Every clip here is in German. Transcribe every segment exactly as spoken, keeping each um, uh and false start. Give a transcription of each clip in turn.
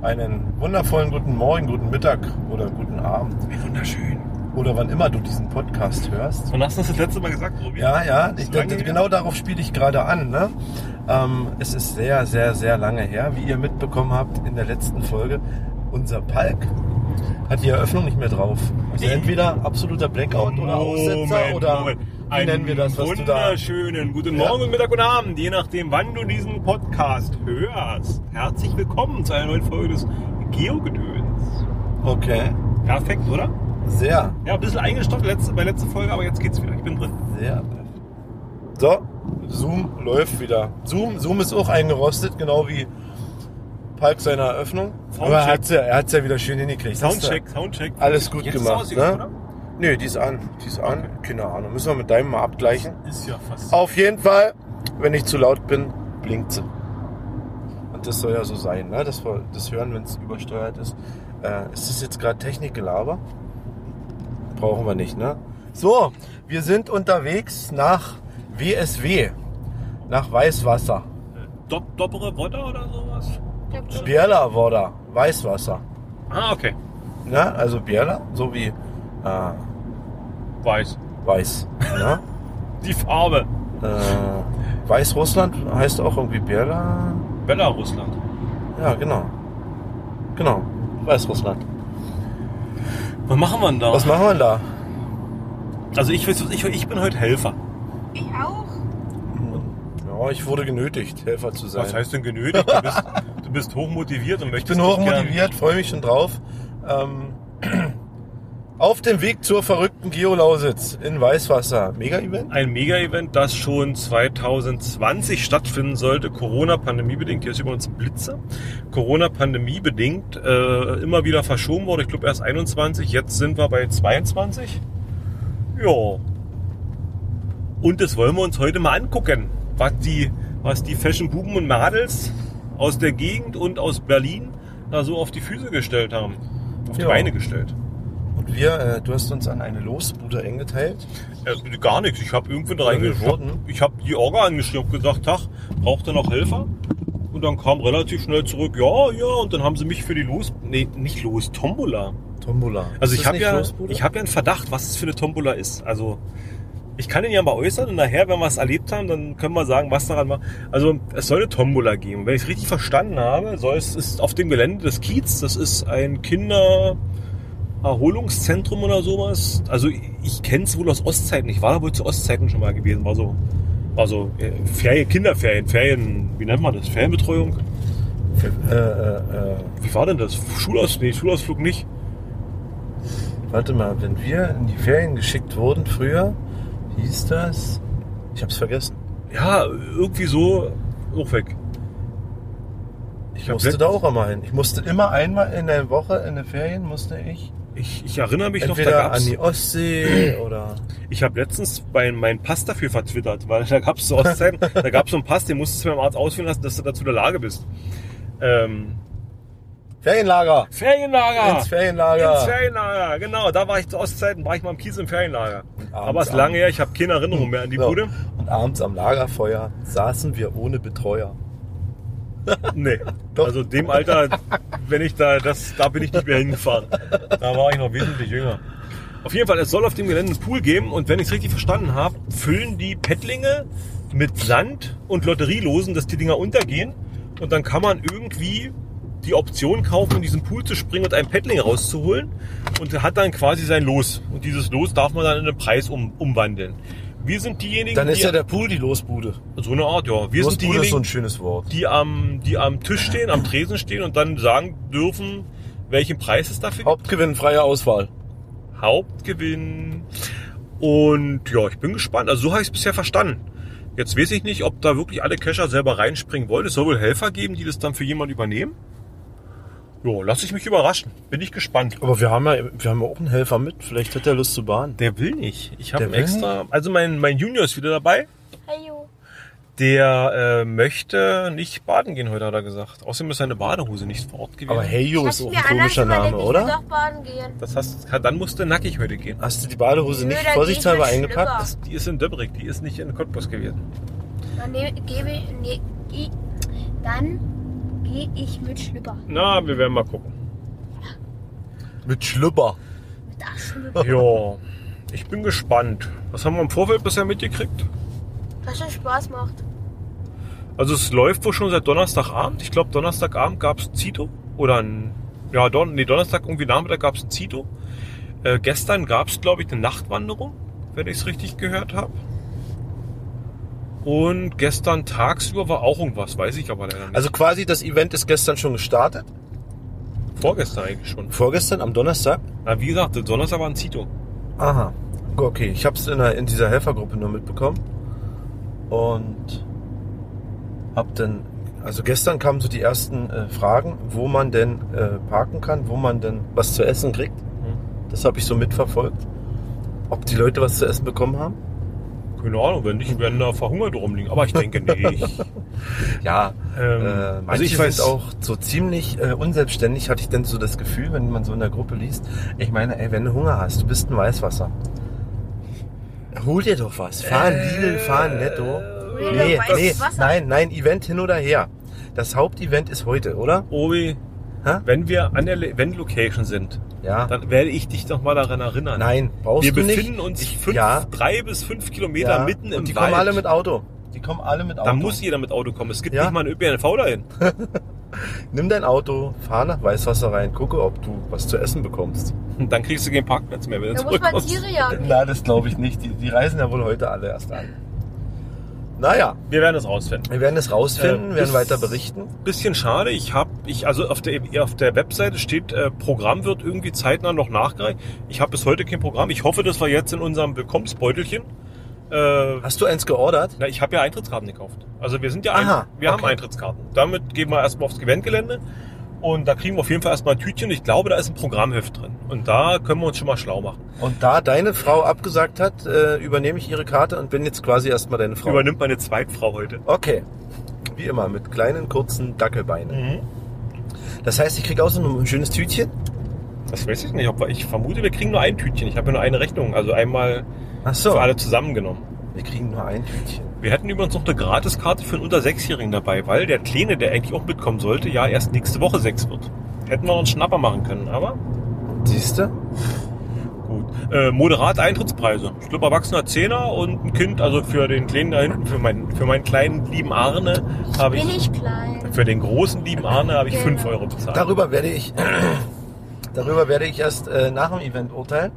Einen wundervollen guten Morgen, guten Mittag oder guten Abend. Wie wunderschön. Oder wann immer du diesen Podcast hörst. Und hast du das das letzte Mal gesagt, Robi? Ja, ja, ich, lange genau her? darauf spiele ich gerade an. Ne? Ähm, es ist sehr, sehr, sehr lange her, wie ihr mitbekommen habt in der letzten Folge. Unser Palk hat die Eröffnung nicht mehr drauf. Also entweder absoluter Blackout oder Aussetzer Moment, oder Moment. wie Einen nennen wir das, was du da... wunderschönen guten Ja. Morgen, Mittag und Abend, je nachdem, wann du diesen Podcast hörst. Herzlich willkommen zu einer neuen Folge des Geogedöns. Okay, Perfekt, oder? sehr, Ja, ein bisschen eingestockt letzte, bei letzter Folge, aber jetzt geht's wieder. Ich bin drin. sehr perfekt. So, Zoom läuft wieder. Zoom, Zoom ist auch eingerostet, genau wie Palk seine Eröffnung. Soundcheck. Aber er hat's ja, er hat's ja wieder schön hingekriegt. Hast du- Soundcheck, Soundcheck. Alles gut Jetzt ist gemacht, es ausgegangen, ne? oder? Nö, die ist an. Die ist an. Keine Ahnung. Müssen wir mit deinem mal abgleichen. Ist ja fast. Auf jeden Fall, wenn ich zu laut bin, blinkt sie. Und das soll ja so sein, ne? Dass wir das hören, wenn es übersteuert ist. Äh, ist das jetzt gerade Technikgelaber? Brauchen wir nicht, ne? So, wir sind unterwegs nach W S W. Nach Weißwasser. Dop Doppere Wodder oder sowas? Bierla Woda. Weißwasser. Ah, okay. Ne? Also Bierla, so wie äh, Weiß. Weiß. Ne? Die Farbe. Äh, Weißrussland heißt auch irgendwie Bierla. Belarusland. Ja, genau. Genau. Weißrussland. Was machen wir denn da? Was machen wir denn da? Also ich, weiß, ich, ich bin heute Helfer. Ich auch. Ja, ich wurde genötigt, Helfer zu sein. Was heißt denn genötigt? Du bist, du bist hochmotiviert und ich möchtest bin dich gern- hochmotiviert, freue mich schon drauf. Ähm, auf dem Weg zur verrückten Geolausitz in Weißwasser. Mega-Event? Ein Mega-Event, das schon zwanzig zwanzig stattfinden sollte, Corona-Pandemie-bedingt. Hier ist übrigens ein Blitzer. Corona-Pandemie-bedingt äh, immer wieder verschoben wurde. Ich glaube erst einundzwanzig, jetzt sind wir bei zweiundzwanzig. Ja. Und das wollen wir uns heute mal angucken, was die, was die Fashion-Buben und Mädels aus der Gegend und aus Berlin da so auf die Füße gestellt haben. Auf die Ja. Beine gestellt. Und wir, äh, du hast uns an eine Losbude eingeteilt. Äh, gar nichts. Ich habe irgendwann Ja, wir reingeschaut. wurden. Ich habe die Orga angeschrieben und gesagt, Tag, braucht ihr noch Helfer? Und dann kam relativ schnell zurück, ja, ja. Und dann haben sie mich für die Los... Nee, nicht Los, Tombola. Tombola. Also Ist ich das habe nicht ja, Losbude? ich hab ja einen Verdacht, was es für eine Tombola ist. Also ich kann den ja mal äußern und nachher, wenn wir es erlebt haben, dann können wir sagen, was daran war. Also es soll eine Tombola geben. Wenn ich es richtig verstanden habe, soll es ist auf dem Gelände des Kiez. Das ist ein Kindererholungszentrum oder sowas. Also ich kenne es wohl aus Ostzeiten. Ich war da wohl zu Ostzeiten schon mal gewesen. War so, war so äh, Ferien, Kinderferien, Ferien, wie nennt man das? Ferienbetreuung? Äh, äh, äh, Wie war denn das? Schulaus, nee, Schulausflug nicht. warte mal, wenn wir in die Ferien geschickt wurden früher, hieß das... Ich hab's vergessen. Ja, irgendwie so auch weg. Ich hab musste letzt- da auch immer hin. Ich musste immer einmal in der Woche, in den Ferien, musste ich Ich, ich erinnere mich entweder noch, da an gab's, die Ostsee oder... ich habe letztens bei, meinen Pass dafür vertwittert, weil da gab es so Ostzeiten, da gab es so einen Pass, den musstest du beim Arzt ausfüllen lassen, dass du dazu in der Lage bist. Ähm, Ferienlager! Ferienlager! Ins Ferienlager! Ins Ferienlager, genau. Da war ich zu Ostzeiten, war ich mal im Kies im Ferienlager. abends Aber es ist am- lange her, ich habe keine Erinnerung mehr an die So. Bude. Und abends am Lagerfeuer saßen wir ohne Betreuer. Nee, Doch. also dem Alter, wenn ich da, das, da bin ich nicht mehr hingefahren. Da war ich noch wesentlich jünger. Auf jeden Fall, es soll auf dem Gelände einen Pool geben und wenn ich es richtig verstanden habe, füllen die Pettlinge mit Sand und Lotterielosen, dass die Dinger untergehen und dann kann man irgendwie die Option kaufen, in diesen Pool zu springen und einen Pettling rauszuholen und hat dann quasi sein Los. Und dieses Los darf man dann in einen Preis um, umwandeln. Wir sind diejenigen, Dann ist die... ja der Pool die Losbude. so eine Art, ja. Wir sind Losbude ist so diejenigen, ein schönes Wort. die am, die am Tisch stehen, am Tresen stehen und dann sagen dürfen, welchen Preis es dafür gibt. Hauptgewinn, freie Auswahl. Hauptgewinn. Und ja, ich bin gespannt. Also so habe ich es bisher verstanden. Jetzt weiß ich nicht, ob da wirklich alle Cacher selber reinspringen wollen. Es soll wohl Helfer geben, die das dann für jemanden übernehmen. Ja, lass ich mich überraschen. Bin ich gespannt. Aber wir haben ja, wir haben ja auch einen Helfer mit. Vielleicht hat er Lust zu bahnen. Der will nicht. Ich habe Der will extra... Also mein, mein Junior ist wieder dabei. Hey, Jo. Der äh, möchte nicht baden gehen heute, hat er gesagt. Außerdem ist seine Badehose nicht vor Ort gewesen. Aber Heyo Hast ist du auch mir ein anders komischer überlegt, Name, ich will oder? doch baden gehen. Das heißt, dann musst du nackig heute gehen. Hast du die Badehose Nö, nicht dann vorsichtshalber geh ich mit eingepackt? Schlüpper. Das, die ist in Döbrig, die ist nicht in Cottbus gewesen. Dann ne, gebe ich, ne, i, dann gehe ich mit Schlüpper. Na, wir werden mal gucken. Mit Schlüpper. Mit der Schlüpper. Ja, ich bin gespannt. Was haben wir im Vorfeld bisher mitgekriegt? Was schon Spaß macht. Also es läuft wohl schon seit Donnerstagabend. Ich glaube, Donnerstagabend gab es Zito. Oder ein, ja, Don, nee, Donnerstag irgendwie Nachmittag gab es ein Zito. Äh, gestern gab es, glaube ich, eine Nachtwanderung, wenn ich es richtig gehört habe. Und gestern tagsüber war auch irgendwas, weiß ich aber leider nicht. Also quasi das Event ist gestern schon gestartet. Vorgestern eigentlich schon. Vorgestern am Donnerstag? Na, wie gesagt, der Donnerstag war ein Zito. Aha. Okay, ich habe es in, in dieser Helfergruppe nur mitbekommen. Und hab dann, also gestern kamen so die ersten äh, Fragen, wo man denn äh, parken kann, wo man denn was zu essen kriegt. Das habe ich so mitverfolgt. Ob die Leute was zu essen bekommen haben? Keine Ahnung, wenn nicht, werden da verhungert rumliegen. Aber ich denke nicht. Ja, Ähm, äh, also manche ich weiß sind auch so ziemlich äh, unselbstständig, hatte ich dann so das Gefühl, wenn man so in der Gruppe liest. Ich meine, ey, wenn du Hunger hast, du bist ein Weißwasser. Hol dir doch was. Fahr ein Lidl, fahr ein Netto. dir Nee, doch nee, Weißwasser. nein, nein, Event hin oder her. Das Hauptevent ist heute, oder? Obi, Hä? wenn wir an der Event-Location sind, Ja. dann werde ich dich noch mal daran erinnern. Nein, brauchst wir du nicht. befinden uns Ich- fünf, ja. drei bis fünf Kilometer Ja. mitten im Und die Wald. kommen alle mit Auto. Die kommen alle mit Auto. Da muss jeder mit Auto kommen. Es gibt Ja. nicht mal einen Ö P N V dahin. Nimm dein Auto, fahr nach Weißwasser rein, gucke, ob du was zu essen bekommst. Und dann kriegst du keinen Parkplatz mehr, wenn du Da muss man zurückkommst. Tiere jagen. Na, das glaube ich nicht. Die, die reisen ja wohl heute alle erst an. Naja, Wir werden es rausfinden. wir werden es rausfinden, Äh, werden bis- weiter berichten. Bisschen schade. Ich habe, ich also auf der auf der Webseite steht, äh, Programm wird irgendwie zeitnah noch nachgereicht. Ich habe bis heute kein Programm. Ich hoffe, dass wir jetzt in unserem Willkommensbeutelchen. Äh, Hast du eins geordert? na, ich habe ja Eintrittskarten gekauft. Also wir sind ja, Aha, ein, wir haben okay. Eintrittskarten. Damit gehen wir erstmal aufs Eventgelände und da kriegen wir auf jeden Fall erstmal ein Tütchen. Ich glaube, da ist ein Programmheft drin und da können wir uns schon mal schlau machen. Und da deine Frau abgesagt hat, äh, übernehme ich ihre Karte und bin jetzt quasi erstmal deine Frau. Übernimmt meine Zweitfrau heute. Okay. Wie immer, mit kleinen, kurzen Dackelbeinen. Mhm. Das heißt, ich krieg auch so ein schönes Tütchen. Das weiß ich nicht. Ob wir, ich vermute, wir kriegen nur ein Tütchen. Ich habe ja nur eine Rechnung, also einmal Ach so. für alle zusammengenommen. Wir kriegen nur ein Tütchen. Wir hätten übrigens noch eine Gratiskarte für einen unter Sechsjährigen dabei, weil der Kleine, der eigentlich auch mitkommen sollte, ja erst nächste Woche sechs wird. Hätten wir noch einen Schnapper machen können, aber Siehst du? gut. Äh, moderate Eintrittspreise. Ich glaube, Erwachsener Zehner und ein Kind, also für den Kleinen da hinten, für meinen, für meinen kleinen lieben Arne, habe Bin ich, ich klein. für den großen lieben Arne habe ich Genau. fünf Euro bezahlt. Darüber werde ich, darüber werde ich erst äh, nach dem Event urteilen.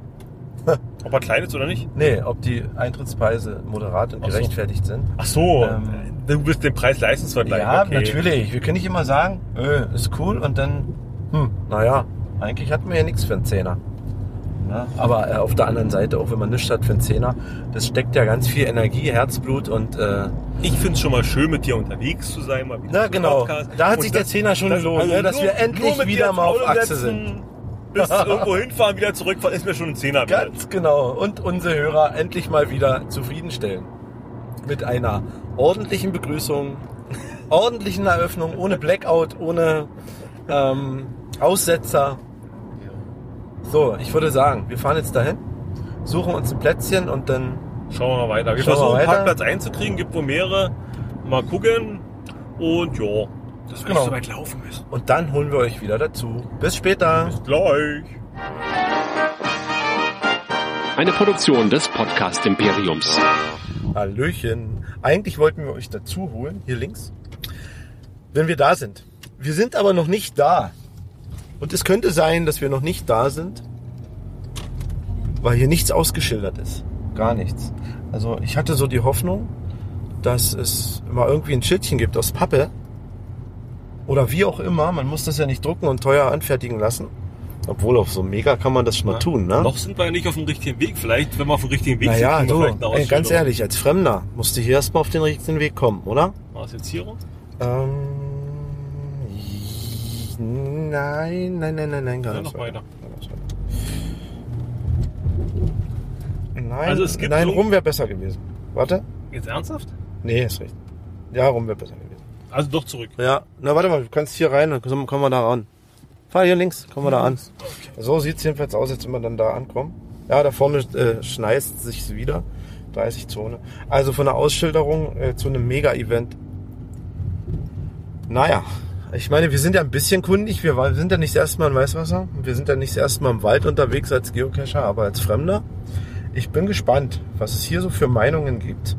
Ob er klein ist oder nicht? Nee, ob die Eintrittspreise moderat und Ach so. gerechtfertigt sind. Ach so, Ähm, du bist den Preis-Leistungsvergleich. Ja, okay. natürlich. Wir können nicht immer sagen, äh, ist cool und dann, hm, naja, eigentlich hatten wir ja nichts für einen Zehner. Ja, aber äh, auf der anderen Seite, auch wenn man nichts hat für einen Zehner, das steckt ja ganz viel Energie, Herzblut und äh, Ich finde es schon mal schön, mit dir unterwegs zu sein. Mal wieder na zum genau, Podcast. da hat Und sich das- der Zehner schon gelohnt, also ne, dass nur- wir endlich nur mit dir wieder ins mal auf Auto Achse setzen, sind. Bis irgendwo hinfahren, wieder zurückfahren, ist mir schon ein Zehner wert. Ganz genau. Und unsere Hörer endlich mal wieder zufriedenstellen. Mit einer ordentlichen Begrüßung, ordentlichen Eröffnung, ohne Blackout, ohne ähm, Aussetzer. So, ich würde sagen, wir fahren jetzt dahin, suchen uns ein Plätzchen und dann... Schauen wir mal weiter. Wir Schauen wir versuchen, einen weiter. Parkplatz einzukriegen, gibt wohl mehrere. Mal gucken. Und ja, dass wir Genau. nicht so weit laufen müssen. Und dann holen wir euch wieder dazu. Bis später. Bis gleich. Eine Produktion des Podcast Imperiums. Hallöchen. Eigentlich wollten wir euch dazu holen, hier links, wenn wir da sind. Wir sind aber noch nicht da. Und es könnte sein, dass wir noch nicht da sind, weil hier nichts ausgeschildert ist. Gar nichts. Also ich hatte so die Hoffnung, dass es immer irgendwie ein Schildchen gibt aus Pappe. Oder wie auch immer. Man muss das ja nicht drucken und teuer anfertigen lassen. Obwohl auf so Mega kann man das schon mal tun, ne? Noch sind wir ja nicht auf dem richtigen Weg. Vielleicht, wenn wir auf dem richtigen Weg Naja, sind, kriegen wir du, vielleicht eine ey, ganz Ausstellung. ehrlich, als Fremder musst du hier erstmal auf den richtigen Weg kommen, oder? War es jetzt hier rum? Ähm, nein, nein, nein, nein, nein, gar Ja, nicht. noch weiter. Nein, Also es gibt nein, so- rum wäre besser gewesen. Warte. Jetzt ernsthaft? Nee, ist recht. Ja, rum wäre besser gewesen. Also doch zurück. Ja, na warte mal, du kannst hier rein, dann kommen wir da ran. Fahr hier links, kommen wir da an. So sieht es jedenfalls aus, als wenn wir dann da ankommen. Ja, da vorne äh, schneist sich wieder. dreißig Zone. Also von der Ausschilderung äh, zu einem Mega-Event. Naja, ich meine, wir sind ja ein bisschen kundig. Wir war- sind ja nicht das erste Mal in Weißwasser. Wir sind ja nicht das erste Mal im Wald unterwegs als Geocacher, aber als Fremder. Ich bin gespannt, was es hier so für Meinungen gibt.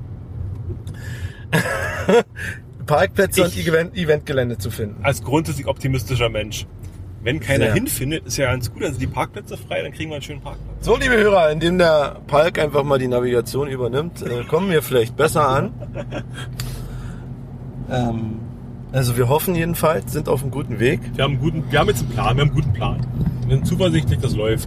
Parkplätze und Ich- Event- Eventgelände zu finden. Als grundsätzlich optimistischer Mensch. Wenn keiner Sehr. hinfindet, ist ja ganz gut, dann sind die Parkplätze frei, dann kriegen wir einen schönen Parkplatz. So, liebe Hörer, indem der Palk einfach mal die Navigation übernimmt, äh, kommen wir vielleicht besser an. ähm, also wir hoffen jedenfalls, sind auf einem guten Weg. Wir haben, einen guten, wir haben jetzt einen Plan, wir haben einen guten Plan. Wir sind zuversichtlich, das läuft.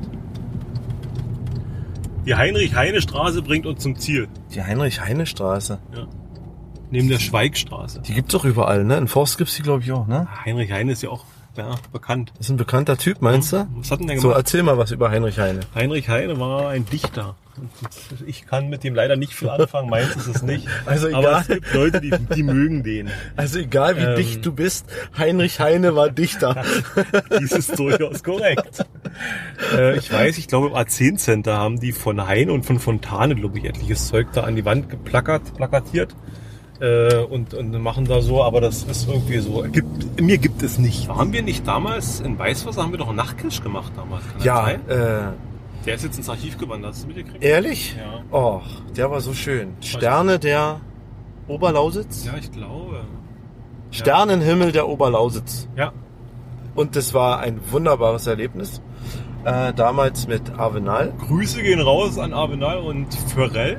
Die Heinrich-Heine-Straße bringt uns zum Ziel. Die Heinrich-Heine-Straße. Ja. Neben der Schweigstraße. Die gibt's doch überall, ne? In Forst gibt's die, glaube ich, auch, ne? Heinrich Heine ist ja auch ja, bekannt. Das ist ein bekannter Typ, meinst du? Was hat denn der So, gemacht? erzähl mal was über Heinrich Heine. Heinrich Heine war ein Dichter. Und ich kann mit dem leider nicht viel anfangen, meins ist es nicht. Also Aber egal. es gibt Leute, die, die mögen den. Also egal wie Ähm. dicht du bist, Heinrich Heine war Dichter. Dies ist durchaus korrekt. Äh, ich weiß, ich glaube im A zehn Center haben die von Heine und von Fontane, glaube ich, etliches Zeug da an die Wand geplackert, plakatiert. Äh, und, und machen da so, aber das ist irgendwie so. Gibt, mir gibt es nicht. Haben wir nicht damals in Weißwasser, haben wir doch einen Nachtcache gemacht damals? Kann das Ja, sein? äh, Der ist jetzt ins Archiv gewandert, hast du mitgekriegt? ehrlich? Ja. Oh, der war so schön. Sterne der Oberlausitz? Ja, ich glaube. Sternenhimmel der Oberlausitz. Ja. Und das war ein wunderbares Erlebnis. Äh, damals mit Avenal. Grüße gehen raus an Avenal und Förell.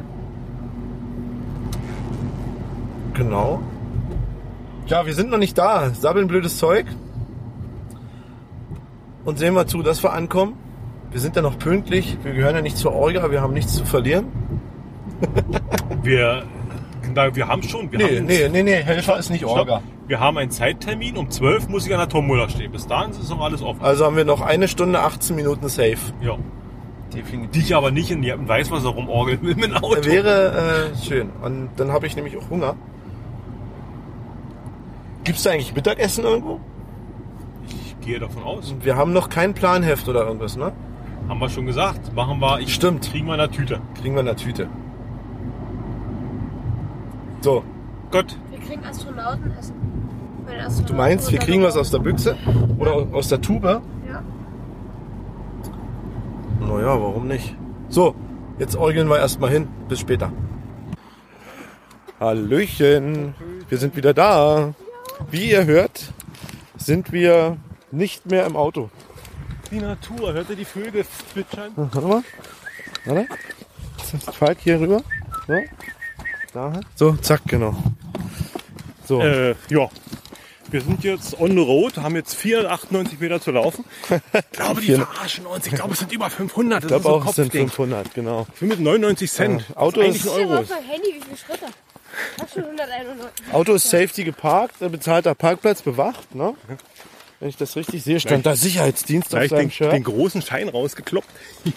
Genau. Ja, wir sind noch nicht da. Sabbeln blödes Zeug. Und sehen wir zu, dass wir ankommen. Wir sind ja noch pünktlich. Wir gehören ja nicht zur Orga. Wir haben nichts zu verlieren. Wir, na, wir haben schon. Wir Nee, haben nee, nee, nee. Helfer ist nicht Stopp. Orga. Wir haben einen Zeittermin. Um zwölf muss ich an der Tombola stehen. Bis dahin ist noch alles offen. Also haben wir noch eine Stunde, achtzehn Minuten safe. Ja. Definitiv. Die ich aber nicht in in Weißwasser rumorgeln will mit dem Auto. Wäre äh, schön. Und dann habe ich nämlich auch Hunger. Gibt's da eigentlich Mittagessen irgendwo? Ich gehe davon aus. Wir haben noch kein Planheft oder irgendwas, ne? Haben wir schon gesagt. Machen wir. Ich Stimmt. Kriegen wir in der Tüte. Kriegen wir in der Tüte. So, Gott. Wir kriegen Astronautenessen. Weil Astronauten du meinst, wir kriegen was aus der Büchse? Oder aus der Tube? Ja. Naja, warum nicht? So, jetzt orgeln wir erstmal hin. Bis später. Hallöchen. Wir sind wieder da. Wie ihr hört, sind wir nicht mehr im Auto. Die Natur. Hört ihr die Vögel zwitschern? Warte mal. Warte. Jetzt fahrt hier rüber. So. Da. So, zack, genau. So. Äh, ja. Wir sind jetzt on the road, haben jetzt vierhundertachtundneunzig Meter zu laufen. Ich glaube, die Vierhundert. verarschen uns. Ich glaube, es sind über fünfhundert. Das ich ist glaube so auch, es sind Kopfding. fünfhundert, genau. Ich bin mit neunundneunzig Cent. Ja, Auto das ist ist- eigentlich ein Hier Euro. auf mein Handy, wie viele Schritte? Hast schon hunderteinundneunzig. Auto ist safety geparkt, ein bezahlter Parkplatz bewacht, ne? Wenn ich das richtig sehe, stand da Sicherheitsdienst auf Gleich seinem den, Shirt. den großen Schein rausgekloppt.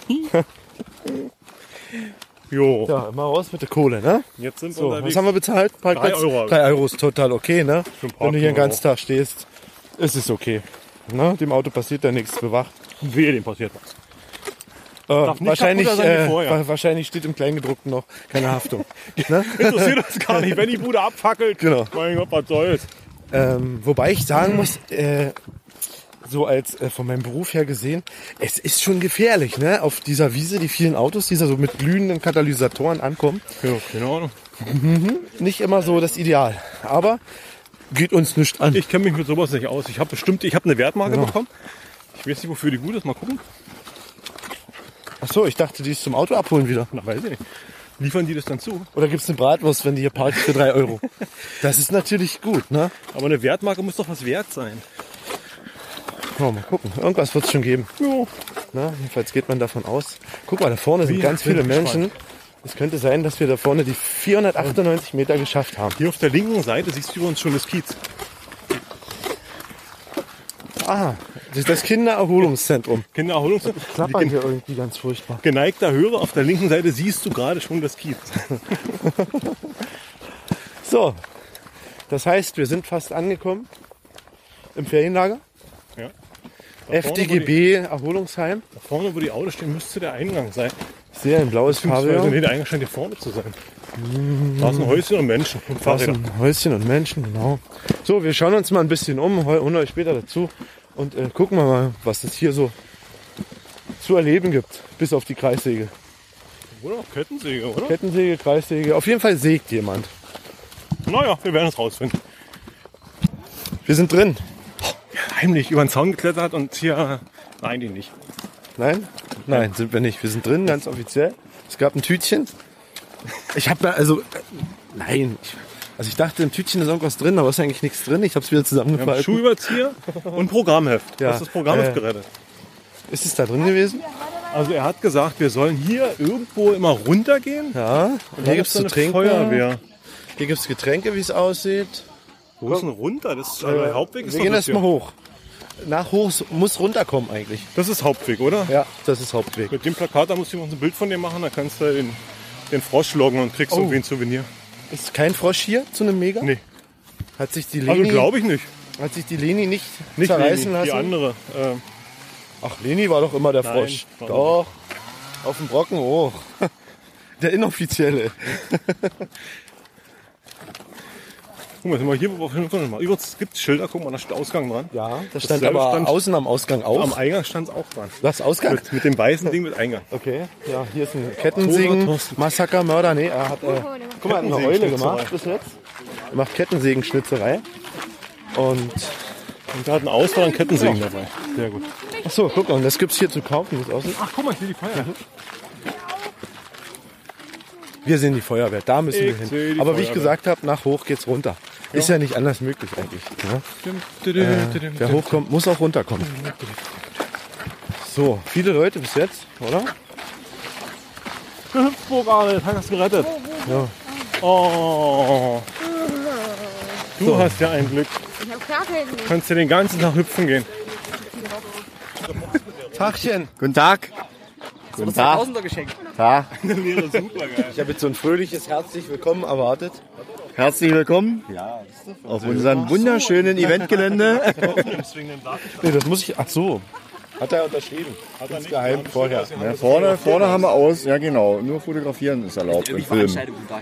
jo. Ja, immer raus mit der Kohle, ne? Jetzt sind wir So, unterwegs. was haben wir bezahlt? Parkplatz? Drei Euro. Drei Euro ist total okay, ne? Für ein Wenn du hier den Parken ganzen Tag stehst, ist es okay. Ne? Dem Auto passiert da nichts, bewacht. Wehe, dem passiert was. Äh, Darf nicht wahrscheinlich, kaputter sein wie äh, vorher. wa- wahrscheinlich steht im Kleingedruckten noch keine Haftung. ne? Interessiert uns gar nicht, wenn die Bude abfackelt. Genau. Mein Gott, was soll's. Ähm, wobei ich sagen muss, äh, so als äh, von meinem Beruf her gesehen, es ist schon gefährlich, ne? Auf dieser Wiese, die vielen Autos, die da so mit glühenden Katalysatoren ankommen. Ja, keine Ahnung. Nicht immer so das Ideal. Aber geht uns nicht an. Ich kenne mich mit sowas nicht aus. Ich habe bestimmt, ich habe eine Wertmarke Genau. bekommen. Ich weiß nicht, wofür die gut ist. Mal gucken. Ach so, ich dachte, die ist zum Auto abholen wieder. Na, weiß ich nicht. Liefern die das dann zu? Oder gibt's eine Bratwurst, wenn die hier parkt für drei Euro? Das ist natürlich gut, ne? Aber eine Wertmarke muss doch was wert sein. Oh, mal gucken. Irgendwas wird's schon geben. Ja. Na, jedenfalls geht man davon aus. Guck mal, da vorne sind Wie? ganz Bin viele gespannt. Menschen. Es könnte sein, dass wir da vorne die vierhundertachtundneunzig Meter geschafft haben. Hier auf der linken Seite siehst du übrigens schon das Kiez. Ah, das ist das Kindererholungszentrum. Kindererholungszentrum. Klappern hier irgendwie ganz furchtbar. Geneigter Hörer, auf der linken Seite siehst du gerade schon das Kiez. So, das heißt, wir sind fast angekommen im Ferienlager. Ja. F D G B Erholungsheim. Da vorne, wo die Autos stehen, müsste der Eingang sein. Ich sehe ein blaues Beziehungsweise, nee, Pavillon. der Eingang scheint hier vorne zu sein. Da ist ein Häuschen und Menschen und Da ist Fahrräder. ein Häuschen und Menschen, genau. So, wir schauen uns mal ein bisschen um, holen euch später dazu und äh, gucken wir mal, was es hier so zu erleben gibt, bis auf die Kreissäge. Oder auch Kettensäge, oder? Kettensäge, Kreissäge, auf jeden Fall sägt jemand. Naja, wir werden es rausfinden. Wir sind drin. Heimlich über den Zaun geklettert und hier... Nein, die nicht. Nein? Nein, sind wir nicht. Wir sind drin, ganz offiziell. Es gab ein Tütchen. Ich habe da, also, äh, nein. Ich, also ich dachte, im Tütchen ist irgendwas drin, aber ist eigentlich nichts drin. Ich habe es wieder Wir haben zusammengefalten. Schuhüberzieher und Programmheft. Ja. Das, das Programm Äh. ist gerettet. Ist es da drin gewesen? Also er hat gesagt, wir sollen hier irgendwo immer runtergehen. Ja. Und Und hier da gibt es gibt's eine zu trinken. Feuerwehr. Hier gibt es Getränke, wie es aussieht. Wo ist denn runter? Das ist, also der Hauptweg ist Wir doch gehen das erstmal hier. hoch. Nach hoch muss runterkommen eigentlich. Das ist Hauptweg, oder? Ja, das ist Hauptweg. Mit dem Plakat, da musst du noch ein Bild von dir machen, da kannst du den, den Frosch loggen und kriegst Oh. irgendwie ein Souvenir. Ist kein Frosch hier zu einem Mega? Nee, Hat sich die also Leni, glaube ich nicht. hat sich die Leni nicht, Nicht zerreißen Leni, die lassen? andere. Ähm, Ach, Leni war doch immer der Nein, Frosch. war Doch. Auf dem Brocken hoch. Der inoffizielle. guck mal, sind wir hier, wo wir mal. Übrigens gibt es Schilder, guck mal, da steht Ausgang dran. Ja, das stand Dasselbe aber stand außen am Ausgang auch. Am Eingang stand es auch dran. Was, Ausgang? Mit, mit dem weißen Ding mit Eingang. Okay, ja, hier ist ein Kettensägen, Thorsten. Massaker, Mörder. Nee, er hat, äh, guck mal, er hat eine Eule Kettensägenschnitzerei. gemacht bis jetzt. Er macht Kettensägenschnitzerei. Und, Und da hat ein Ausfall an Kettensägen dabei. Sehr gut. ach so, guck mal, und das gibt's hier zu kaufen, wie es aussieht. Ach, guck mal, hier die Feier. Wir sehen die Feuerwehr, da müssen wir Ich seh hin. die Aber wie ich Feuerwehr. gesagt habe, nach hoch geht's runter. Ist ja nicht anders möglich eigentlich. Ne? Äh, wer hochkommt, muss auch runterkommen. So, viele Leute bis jetzt, oder? Hüpfvogel, hast du gerettet. Ja. Oh. Du hast ja ein Glück. Ich hab gar keinen. Kannst du den ganzen Tag hüpfen gehen. Tagchen. Guten Tag. Guten Tag. Tag. Ich habe jetzt so ein fröhliches herzlich willkommen erwartet. Herzlich willkommen auf unserem wunderschönen Eventgelände. Nee, das muss ich. Ach so. Hat er unterschrieben. Hat er geheim vorher. Ja, vorne, vorne haben wir aus. Ja, genau. Nur fotografieren ist erlaubt. Und Film.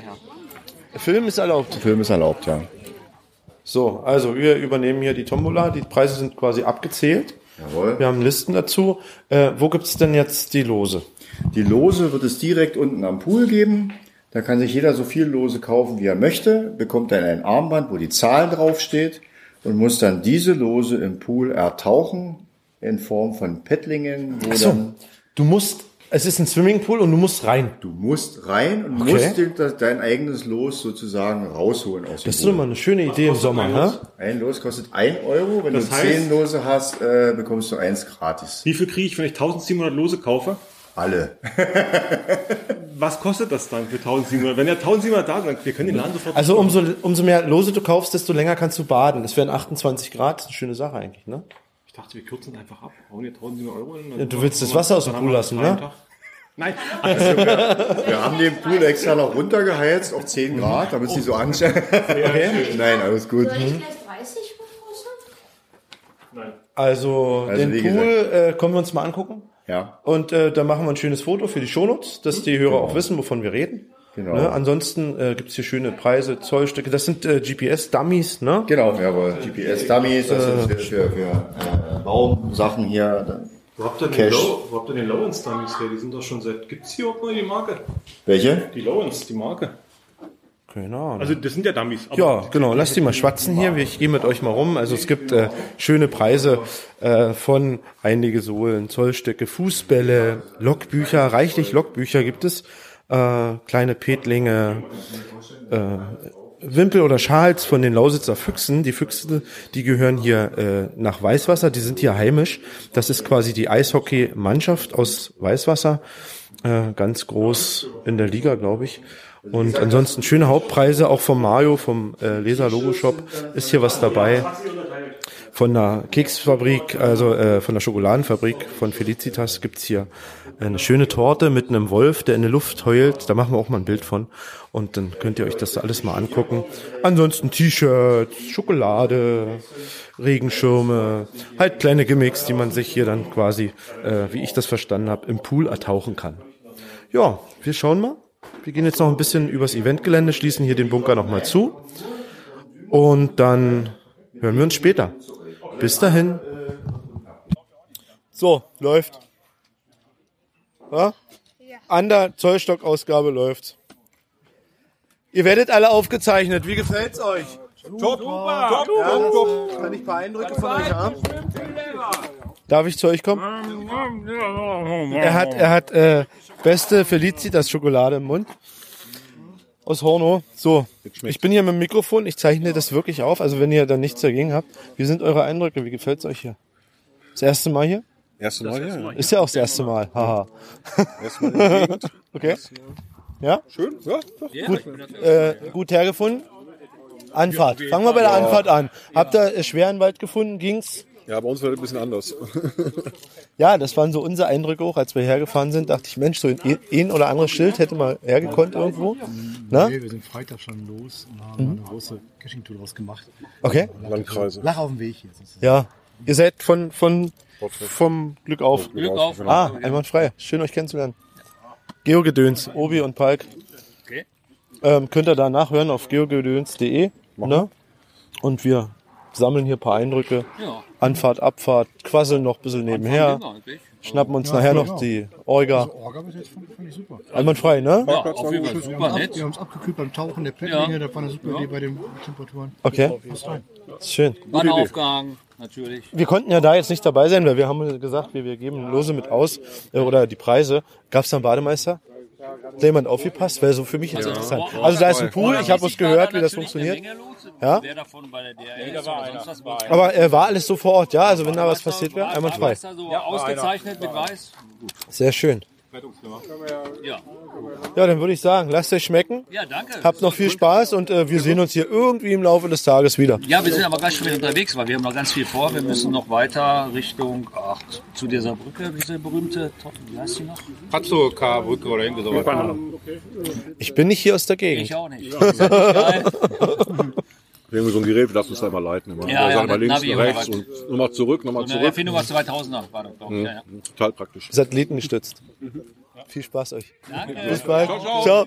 Film ist erlaubt. Film ist erlaubt, ja. So, also wir übernehmen hier die Tombola. Die Preise sind quasi abgezählt. Jawohl. Wir haben Listen dazu. Äh, wo gibt's denn jetzt die Lose? Die Lose wird es direkt unten am Pool geben. Da kann sich jeder so viel Lose kaufen, wie er möchte. Bekommt dann ein Armband, wo die Zahl draufsteht. Und muss dann diese Lose im Pool ertauchen. In Form von Pettlingen. Wo Ach so. dann Du musst. Es ist ein Swimmingpool und du musst rein. du musst rein und Okay. musst dir das- dein eigenes Los sozusagen rausholen aus dem Das ist Pool. doch mal eine schöne Idee im Sommer, ne? Ein Los kostet ein Euro. Wenn Das du heißt- zehn Lose hast, äh, bekommst du eins gratis. Wie viel kriege ich, wenn ich tausendsiebenhundert Lose kaufe? Alle. Was kostet das dann für tausendsiebenhundert? Wenn ja tausendsiebenhundert da sind, wir können den Laden sofort... Also umso, umso mehr Lose du kaufst, desto länger kannst du baden. Das wären achtundzwanzig Grad. Das ist eine schöne Sache eigentlich, ne? Ich dachte, wir kürzen einfach ab. Hauen hier tausendsiebenhundert Euro hin. Ja, du willst das Wasser aus dem Dann Pool haben wir lassen, einen ne? Tag. Nein, Wir haben den Pool extra noch runtergeheizt auf zehn Grad, damit es nicht so ansteigt. Nein, alles gut. Soll ich gleich dreißig begrüßen? nein. Also, Also, den wie Pool äh, können wir uns mal angucken. Ja, Und äh, dann machen wir ein schönes Foto für die Shownotes, dass die Hörer auch wissen, wovon wir reden. Genau. Ne? Ansonsten äh, gibt's hier schöne Preise, Zollstöcke. Das sind äh, G P S-Dummies, ne? genau, jawohl. G P S-Dummies, das sind für, für, für äh, Baumsachen hier. Wo habt ihr den, Cash. Low, wo habt ihr den Lowens Dummies her? Die sind doch schon seit... Gibt's hier auch mal die Marke? Welche? Die Lowens, die Marke. Keine Ahnung. Also das sind ja Dummies. aber- Ja, genau. Lasst die mal schwatzen hier. Ich gehe mit euch mal rum. Also es gibt äh, schöne Preise äh, von einige Sohlen, Zollstöcke, Fußbälle, Logbücher. Reichlich Logbücher gibt es. Äh, kleine Petlinge, äh, Wimpel oder Schals von den Lausitzer Füchsen. Die Füchse, die gehören hier äh, nach Weißwasser. Die sind hier heimisch. Das ist quasi die Eishockey-Mannschaft aus Weißwasser. Äh, ganz groß in der Liga, glaube ich. Und ansonsten schöne Hauptpreise, auch vom Mario, vom äh, Leser-Logo-Shop ist hier was dabei. Von der Keksfabrik, also äh, von der Schokoladenfabrik von Felicitas gibt's hier eine schöne Torte mit einem Wolf, der in der Luft heult. Da machen wir auch mal ein Bild von. Und dann könnt ihr euch das alles mal angucken. Ansonsten T-Shirts, Schokolade, Regenschirme, halt kleine Gimmicks, die man sich hier dann quasi, äh, wie ich das verstanden habe, im Pool ertauchen kann. Ja, wir schauen mal, Wir gehen jetzt noch ein bisschen übers Eventgelände, schließen hier den Bunker nochmal zu. Und dann hören wir uns später. Bis dahin. So, läuft. Ja? An der Zollstock-Ausgabe läuft. Ihr werdet alle aufgezeichnet. Wie gefällt's euch? Top, top, top, ja, top. Kann ich ein paar Eindrücke von euch haben? Darf ich zu euch kommen? Er hat, er hat äh, beste Felicitas Schokolade im Mund. Aus Horno. So, ich bin hier mit dem Mikrofon. Ich zeichne das wirklich auf. Also wenn ihr da nichts dagegen habt. Wie sind eure Eindrücke? Wie gefällt's euch hier? Das erste Mal hier? Erste Mal, ja. Ist ja auch das erste Mal. Haha. Erstmal in der Gegend. Okay. Ja? Schön, ja. Gut, äh, gut hergefunden. Anfahrt. Fangen wir bei der Anfahrt an. Habt ihr äh, Schwerenwald gefunden? Ging's? Ja, bei uns war das ein bisschen anders. Ja, das waren so unsere Eindrücke auch, als wir hergefahren sind. Dachte ich, Mensch, so ein, ein oder anderes Schild hätte mal hergekonnt irgendwo. Na? Nee, wir sind Freitag schon los und haben mhm. eine große Caching-Tour draus gemacht. Okay. Landkreise. Lach auf dem Weg jetzt. Ja. Ihr seid von, von, vom Glück auf. Glück auf. Ah, einwandfrei. Schön, euch kennenzulernen. Geogedöns, Obi und Palk. Okay. Ähm, könnt ihr da nachhören auf geogedöns punkt de. Ne? Und wir sammeln hier ein paar Eindrücke. Ja. Anfahrt, Abfahrt, quasseln noch ein bisschen nebenher. Schnappen uns Ja, nachher ja, noch ja. die Orga. Also Orga bis jetzt fand, fand ich super. Einwandfrei, ne? Ja, auf jeden Fall super nett. Wir haben uns abgekühlt beim Tauchen der Petlinge, Ja. da war eine super Idee bei den Temperaturen. Okay. Ist schön. Wann aufgehangen, natürlich. Wir konnten ja da jetzt nicht dabei sein, weil wir haben gesagt, wir, wir geben Lose mit aus, äh, oder die Preise. Gab's da einen Bademeister? Hat da jemand aufgepasst? Wäre so für mich jetzt interessant. Also da ist ein Pool, ich habe was gehört, wie das funktioniert. Ja? Wer davon bei der D R L ist oder sonst was war. Aber äh, war alles so vor Ort, ja? Also wenn da was passiert wäre, einwandfrei. Bademeister so ausgezeichnet mit Weiß. Sehr schön. Ja. Ja, dann würde ich sagen, lasst euch schmecken. Ja, danke. Habt noch viel Spaß und äh, wir sehen uns hier irgendwie im Laufe des Tages wieder. Ja, wir sind aber gleich schon wieder unterwegs, weil wir haben noch ganz viel vor. Wir müssen noch weiter Richtung, ach, zu dieser Brücke, diese berühmte, wie heißt die noch? Katsuoka-Brücke oder irgendwie sowas. Ich bin nicht hier aus der Gegend. Ich auch nicht. Das ist geil. Irgendwie so ein Gerät, lass uns da mal leiten. Immer. Ja, Ja, ja, mal links, Navi und rechts oder und nochmal zurück, nochmal So eine zurück. Erfindung aus zweitausender war das, glaube ich. Ja, ja. Total praktisch. Satellitengestützt. Viel Spaß euch. Danke. Bis bald. Ciao.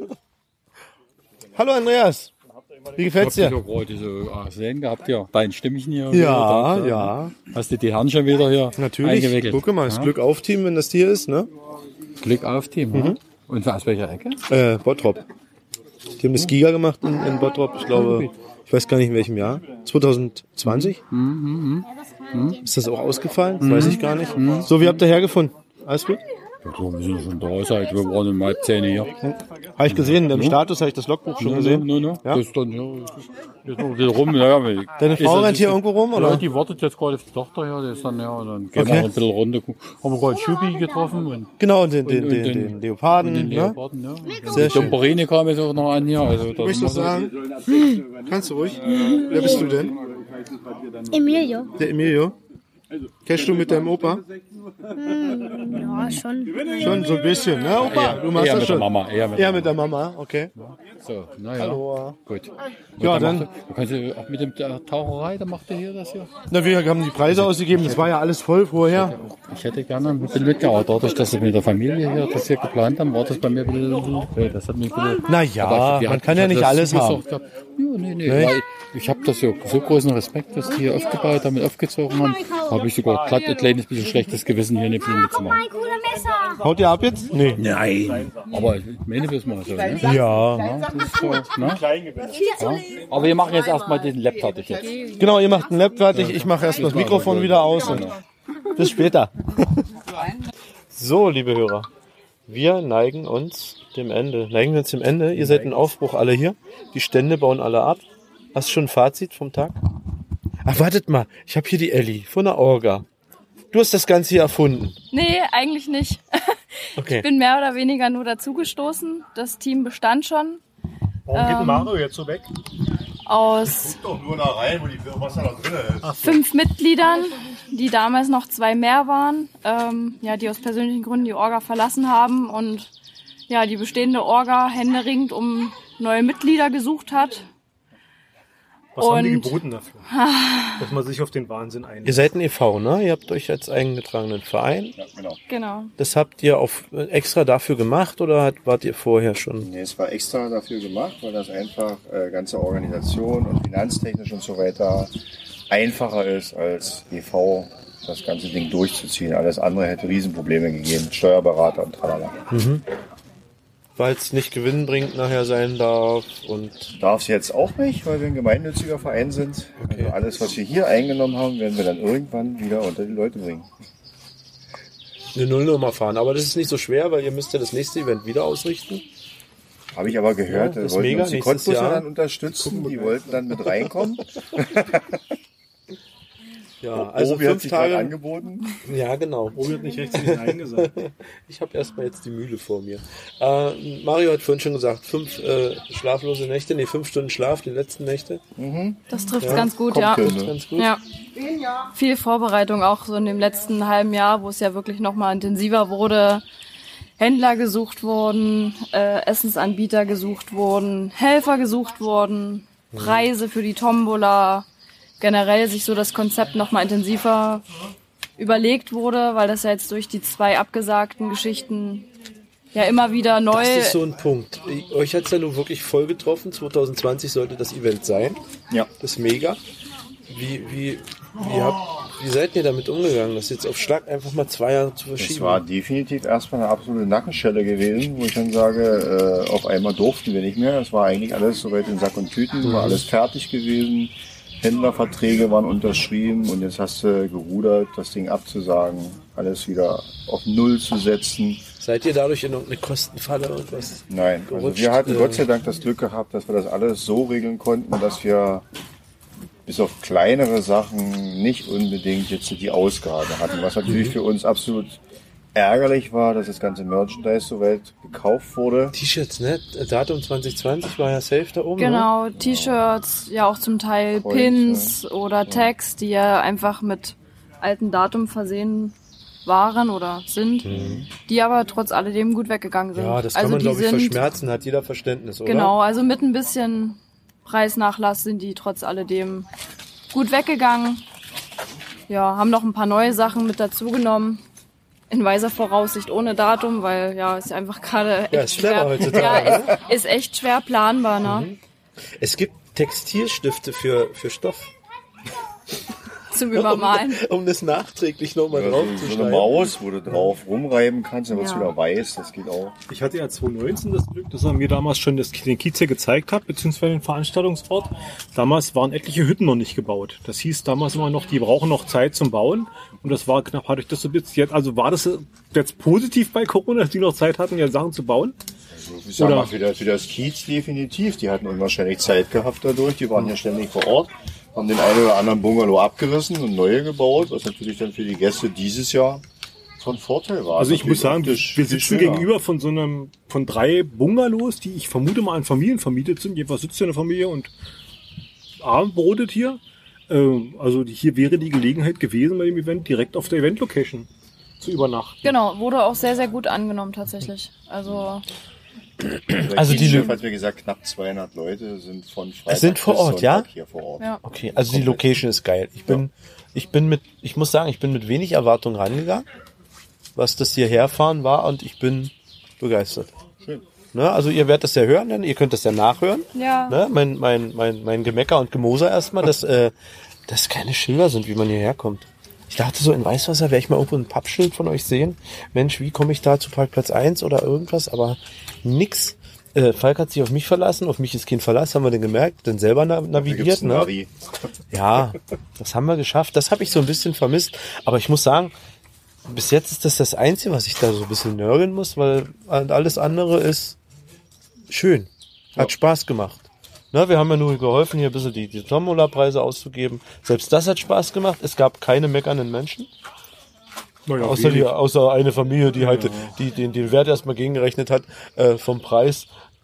Hallo Andreas. Wie gefällt's dir? Ich hab heute diese Arsen gehabt, ja. Dein Stimmchen hier. Ja, wieder, ja. Hast du die Herren schon wieder hier Natürlich. eingewickelt? Guck mal, das Ja. Glück auf Team, wenn das hier ist, ne? Glück auf Team. Mhm. Ja. Und aus welcher Ecke? Äh, Bottrop. Die haben das Giga gemacht in, in Bottrop, ich glaube, ich weiß gar nicht in welchem Jahr. zwanzig zwanzig? Mhm, Mhm. Ist das auch ausgefallen? Das weiß ich gar nicht. So, wie habt ihr hergefunden? Alles gut? Ja, so, wir sind schon da, seit wir waren um halb zehn hier. Habe ich gesehen, in deinem Status habe ich das Logbuch schon No, gesehen. no, no. Ja? Das ist dann, ja, das ist noch wieder rum. Ja, ja, Deine Frau ist- rennt hier irgendwo rum, oder? Ja, die wartet jetzt gerade auf die Tochter, ja, die ist dann, ja, und dann gehen Okay. wir noch ein bisschen runter. gucken. Haben wir gerade Schubi getroffen und, Genau, den, den, und, den, und den Leoparden. und den Ne? Leoparden, ja. Sehr Die schön. Domperine kam jetzt auch noch an hier. Also, da Möchtest du sind wir- sagen? Hm, kannst du ruhig. Wer bist du denn? Emilio. Der Emilio. Kennst du mit deinem Opa? Ja, schon. Schon so ein bisschen, ne, Opa? Eher- Du machst eher das mit schon. der Mama, eher mit Eher der mit der Mama, okay. So, naja. Hallo. Gut. Ja, Und dann- Macht, du kannst du auch mit dem der Taucherei, da macht er hier das hier. Na, wir haben die Preise ausgegeben, das war ja alles voll vorher. Ich hätte gerne ein bisschen mitgearbeitet. Dadurch, dass wir mit der Familie hier das hier geplant haben, war das bei mir ein bisschen. Nee, das hat mich ein bisschen. Na ja, Aber wir man hatten- kann ja ich hatte nicht das alles haben. zugesagt gehabt. Ja, nee, nee. Nee? Weil ich habe das ja so großen Respekt, dass die hier aufgebaut haben, aufgezogen haben. Habe ich sogar glatt ein kleines bisschen schlechtes Gewissen, hier nicht viel mitzumachen. Ein cooler Messer. Haut ihr ab jetzt? Nee. Nein. Aber ich meine das mal so, ne? Ja. Das ist so, ne? Ja. Aber wir machen jetzt erstmal den Lab fertig jetzt. Genau, ihr macht einen Lab fertig, ich mache erst mal das Mikrofon wieder aus und bis später. So, liebe Hörer, wir neigen uns dem Ende. Neigen wir uns dem Ende? Ihr seid in Aufbruch alle hier. Die Stände bauen alle ab. Hast du schon ein Fazit vom Tag? Ach, wartet mal. Ich habe hier die Elli von der Orga. Du hast das Ganze hier erfunden. Nee, eigentlich nicht. Okay. Ich bin mehr oder weniger nur dazugestoßen. Das Team bestand schon. Warum geht Ähm, Mario jetzt so weg? Aus Guck doch nur da rein, wo die Wasser da drin ist. fünf Mitgliedern, die damals noch zwei mehr waren, ähm, ja, die aus persönlichen Gründen die Orga verlassen haben und ja, die bestehende Orga händeringend um neue Mitglieder gesucht hat. Was haben die Und- geboten dafür? Dass man sich auf den Wahnsinn einlässt. Ihr seid ein E V, ne? Ihr habt euch als eingetragenen Verein. Ja, genau. Genau. Das habt ihr auf, extra dafür gemacht oder hat, wart ihr vorher schon? Nee, es war extra dafür gemacht, weil das einfach äh, ganze Organisation und finanztechnisch und so weiter einfacher ist als E V, das ganze Ding durchzuziehen. Alles andere hätte Riesenprobleme gegeben. Steuerberater und tralala. Mhm. Weil es nicht gewinnbringend nachher sein darf und... Darf es jetzt auch nicht, weil wir ein gemeinnütziger Verein sind. Okay. Also alles, was wir hier eingenommen haben, werden wir dann irgendwann wieder unter die Leute bringen. eine Nullnummer fahren. Aber das ist nicht so schwer, weil ihr müsst ja das nächste Event wieder ausrichten. Habe ich aber gehört, Ja, ja, das ist wollten mega, uns die nächstes Cottbusser Jahr. dann unterstützen, die wollten dann mit reinkommen. Ja, also Obi hat fünf sich gerade Tage angeboten. Ja, genau. Obi hat nicht rechtzeitig Nein gesagt. Ich habe erstmal jetzt die Mühle vor mir. Äh, Mario hat vorhin schon gesagt, fünf äh, schlaflose Nächte, nee, fünf Stunden Schlaf, die letzten Nächte. Mhm. Das trifft's Ja, ganz gut, kommt ja. hin, Trifft's ganz gut. Ja. Viel Vorbereitung auch so in dem letzten halben Jahr, wo es ja wirklich nochmal intensiver wurde. Händler gesucht wurden, äh, Essensanbieter gesucht wurden, Helfer gesucht wurden, Preise für die Tombola. Generell sich so das Konzept nochmal intensiver überlegt wurde, weil das ja jetzt durch die zwei abgesagten Geschichten ja immer wieder neu... Das ist so ein Punkt. Euch hat's ja nun wirklich voll getroffen. zwanzig zwanzig sollte das Event sein. Ja. Das ist mega. Wie, wie, wie, habt, wie seid ihr damit umgegangen, das jetzt auf Schlag einfach mal zwei Jahre zu verschieben? Das war definitiv erstmal eine absolute Nackenschelle gewesen, wo ich dann sage, äh, auf einmal durften wir nicht mehr. Das war eigentlich alles soweit in Sack und Tüten, war alles fertig gewesen. Händlerverträge waren unterschrieben und jetzt hast du gerudert, das Ding abzusagen, alles wieder auf Null zu setzen. Seid ihr dadurch in irgendeine Kostenfalle oder was? Nein, also gerutscht? wir hatten Äh, Gott sei Dank das Glück gehabt, dass wir das alles so regeln konnten, dass wir bis auf kleinere Sachen nicht unbedingt jetzt die Ausgabe hatten. Was natürlich für uns absolut ärgerlich war, dass das ganze Merchandise soweit gekauft wurde. T-Shirts, ne? Datum zwanzig zwanzig war ja safe da oben. Genau, T-Shirts, ja auch zum Teil Coins, Pins oder Tags, die ja einfach mit alten Datum versehen waren oder sind, die aber trotz alledem gut weggegangen sind. Ne? Ja, das kann also man, die glaube ich, sind, verschmerzen, hat jeder Verständnis, oder? Genau, also mit ein bisschen Preisnachlass sind die trotz alledem gut weggegangen. Ja, haben noch ein paar neue Sachen mit dazugenommen. In weiser Voraussicht ohne Datum, weil ja, ist einfach gerade Ja, echt ist clever schwer. heutzutage, Ja, ist, ist echt schwer planbar, ne? Es gibt Textilstifte für, für Stoff. Zum Übermalen. Um, um das nachträglich nochmal Ja, drauf so, zu so eine schreiben. Maus, wo du drauf rumreiben kannst, dann wird es Ja. wieder weiß, das geht auch. Ich hatte ja zwanzig neunzehn das Glück, dass er mir damals schon das, den Kiez hier gezeigt hat, beziehungsweise den Veranstaltungsort. Damals waren etliche Hütten noch nicht gebaut. Das hieß damals immer noch, die brauchen noch Zeit zum Bauen. Und das war knapp, hatte ich das so jetzt, jetzt, also war das jetzt positiv bei Corona, dass die noch Zeit hatten, ja Sachen zu bauen? Also, ich sag Oder- mal, für das, für das Kiez definitiv. Die hatten unwahrscheinlich Zeit gehabt dadurch. Die waren ja ständig vor Ort, haben den einen oder anderen Bungalow abgerissen und neue gebaut, was natürlich dann für die Gäste dieses Jahr von Vorteil war. Also ich muss sagen, wir, wir Optisch viel sitzen schöner. gegenüber von so einem, von drei Bungalows, die ich vermute mal an Familien vermietet sind. Jedenfalls sitzt hier eine Familie und abendbrotet hier. Ähm, Also die- hier wäre die Gelegenheit gewesen bei dem Event, direkt auf der Event-Location zu übernachten. Genau, wurde auch sehr, sehr gut angenommen tatsächlich. Also Unser Also die Kiezchef Lü- hat mir gesagt, knapp zweihundert Leute sind von Freitag Es sind vor bis Ort, ja? Sonntag hier vor Ort. ja. Okay, also die Location ist geil. Ich bin, ich bin mit, ich muss sagen, ich bin mit wenig Erwartung rangegangen, was das hierher fahren war, und ich bin begeistert. Schön. Ne, also ihr werdet das ja hören, denn ihr könnt das ja nachhören. Ja. Ne, mein, mein, mein, mein Gemecker und Gemoser erstmal, dass äh, das keine Schilder sind, wie man hierher kommt. Ich dachte so, in Weißwasser werde ich mal irgendwo ein Pappschild von euch sehen. Mensch, wie komme ich da zu Parkplatz eins oder irgendwas? Aber nix. Äh, Falk hat sich auf mich verlassen, auf mich ist kein Verlass, haben wir denn gemerkt, denn selber na- Da gibt's navigiert. ein Ne? Navi. Ja, das haben wir geschafft. Das habe ich so ein bisschen vermisst. Aber ich muss sagen, bis jetzt ist das das Einzige, was ich da so ein bisschen nörgeln muss, weil alles andere ist schön. Hat Spaß gemacht. Ne, wir haben ja nur geholfen, hier ein bisschen die, die Tombola-Preise auszugeben. Selbst das hat Spaß gemacht. Es gab keine meckernden Menschen. Naja, Außer, wenig. die, außer eine Familie, die halt die, den, den Wert erstmal gegengerechnet hat äh, vom Preis.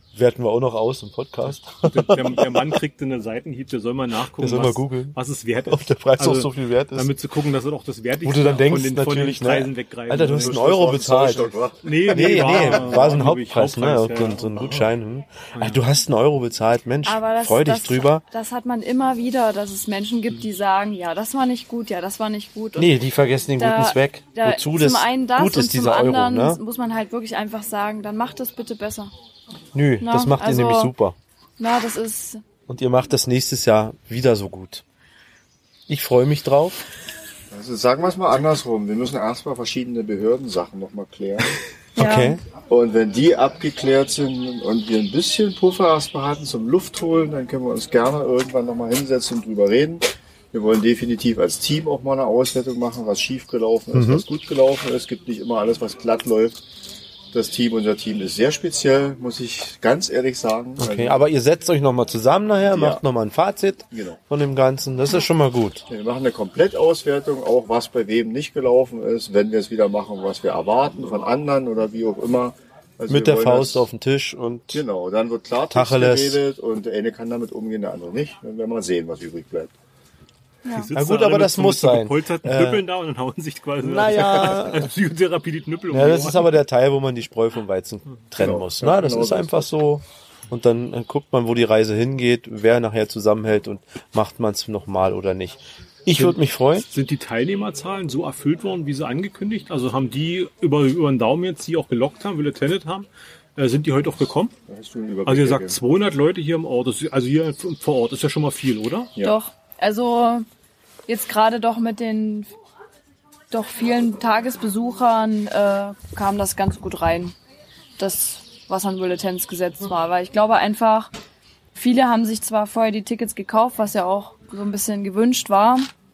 werten wir auch noch aus im Podcast. Der, der, der Mann kriegt eine Seitenhieb, der soll mal nachgucken, Der soll was, mal googeln, was es wert ist. ob der Preis auch so viel wert ist. Damit zu gucken, dass er auch das Wertigste Wo du dann denkst, von den, von den natürlich, Preisen ne? weggreifen. Alter, du hast einen Euro bezahlt. Nee, Nee, nee, war, war so ein glaub ich, Hauptpreis, ne? Hauptpreis, So, ja. ein- so ein Gutschein. Hm. Alter, du hast einen Euro bezahlt, Mensch, Aber das, freu dich das, drüber. das hat man immer wieder, dass es Menschen gibt, die sagen, ja, das war nicht gut, ja, das war nicht gut. Und Nee, die vergessen den da- guten Zweck. da Wozu zum das einen das gut und ist, zum dieser Euro, anderen ne? muss man halt wirklich einfach sagen, dann macht das bitte besser. Nö, Na, das macht also- ihr nämlich super. Na, das ist, Und ihr macht das nächstes Jahr wieder so gut. Ich freue mich drauf. Also sagen wir es mal andersrum. Wir müssen erstmal verschiedene Behördensachen nochmal klären. Okay. Und wenn die abgeklärt sind und wir ein bisschen Puffer erstmal hatten zum Luft holen, dann können wir uns gerne irgendwann nochmal hinsetzen und drüber reden. Wir wollen definitiv als Team auch mal eine Auswertung machen, was schief gelaufen ist, Mhm. was gut gelaufen ist. Es gibt nicht immer alles, was glatt läuft. Das Team, unser Team ist sehr speziell, muss ich ganz ehrlich sagen. Okay, Also, aber ihr setzt euch nochmal zusammen nachher, macht nochmal ein Fazit Genau. von dem Ganzen. Das ist schon mal gut. Wir machen eine Komplettauswertung, auch was bei wem nicht gelaufen ist, wenn wir es wieder machen, was wir erwarten von anderen oder wie auch immer. Also Mit wir der wollen Faust das- auf den Tisch und Genau, dann wird Klartext Tacheles. geredet und der eine kann damit umgehen, der andere nicht. Dann werden wir sehen, was übrig bleibt. Die ja. sitzen Na gut, alle aber mit das so, muss mit so sein. gepolsterten Äh, Knüppeln da und dann hauen sich quasi Naja. als Psychotherapie die Knüppel um Ja, die das Ohren. ist aber der Teil, wo man die Spreu vom Weizen trennen Genau. muss. Ja, Ne? Das genau ist so ist einfach so. Und dann äh, guckt man, wo die Reise hingeht, wer nachher zusammenhält und macht man es nochmal oder nicht. Ich würde mich freuen. Sind die Teilnehmerzahlen so erfüllt worden, wie sie angekündigt? Also haben die über, über den Daumen jetzt, die auch gelockt haben, will attended haben, äh, sind die heute auch gekommen? Da hast du einen Überblick Also ihr sagt gegeben. zweihundert Leute hier im Ort, das ist, also hier vor Ort ist ja schon mal viel, oder? Ja. Doch, also jetzt gerade doch mit den doch vielen Tagesbesuchern äh, kam das ganz gut rein, das, was an Bulletins gesetzt war. Weil ich glaube einfach, viele haben sich zwar vorher die Tickets gekauft, was ja auch so ein bisschen gewünscht war,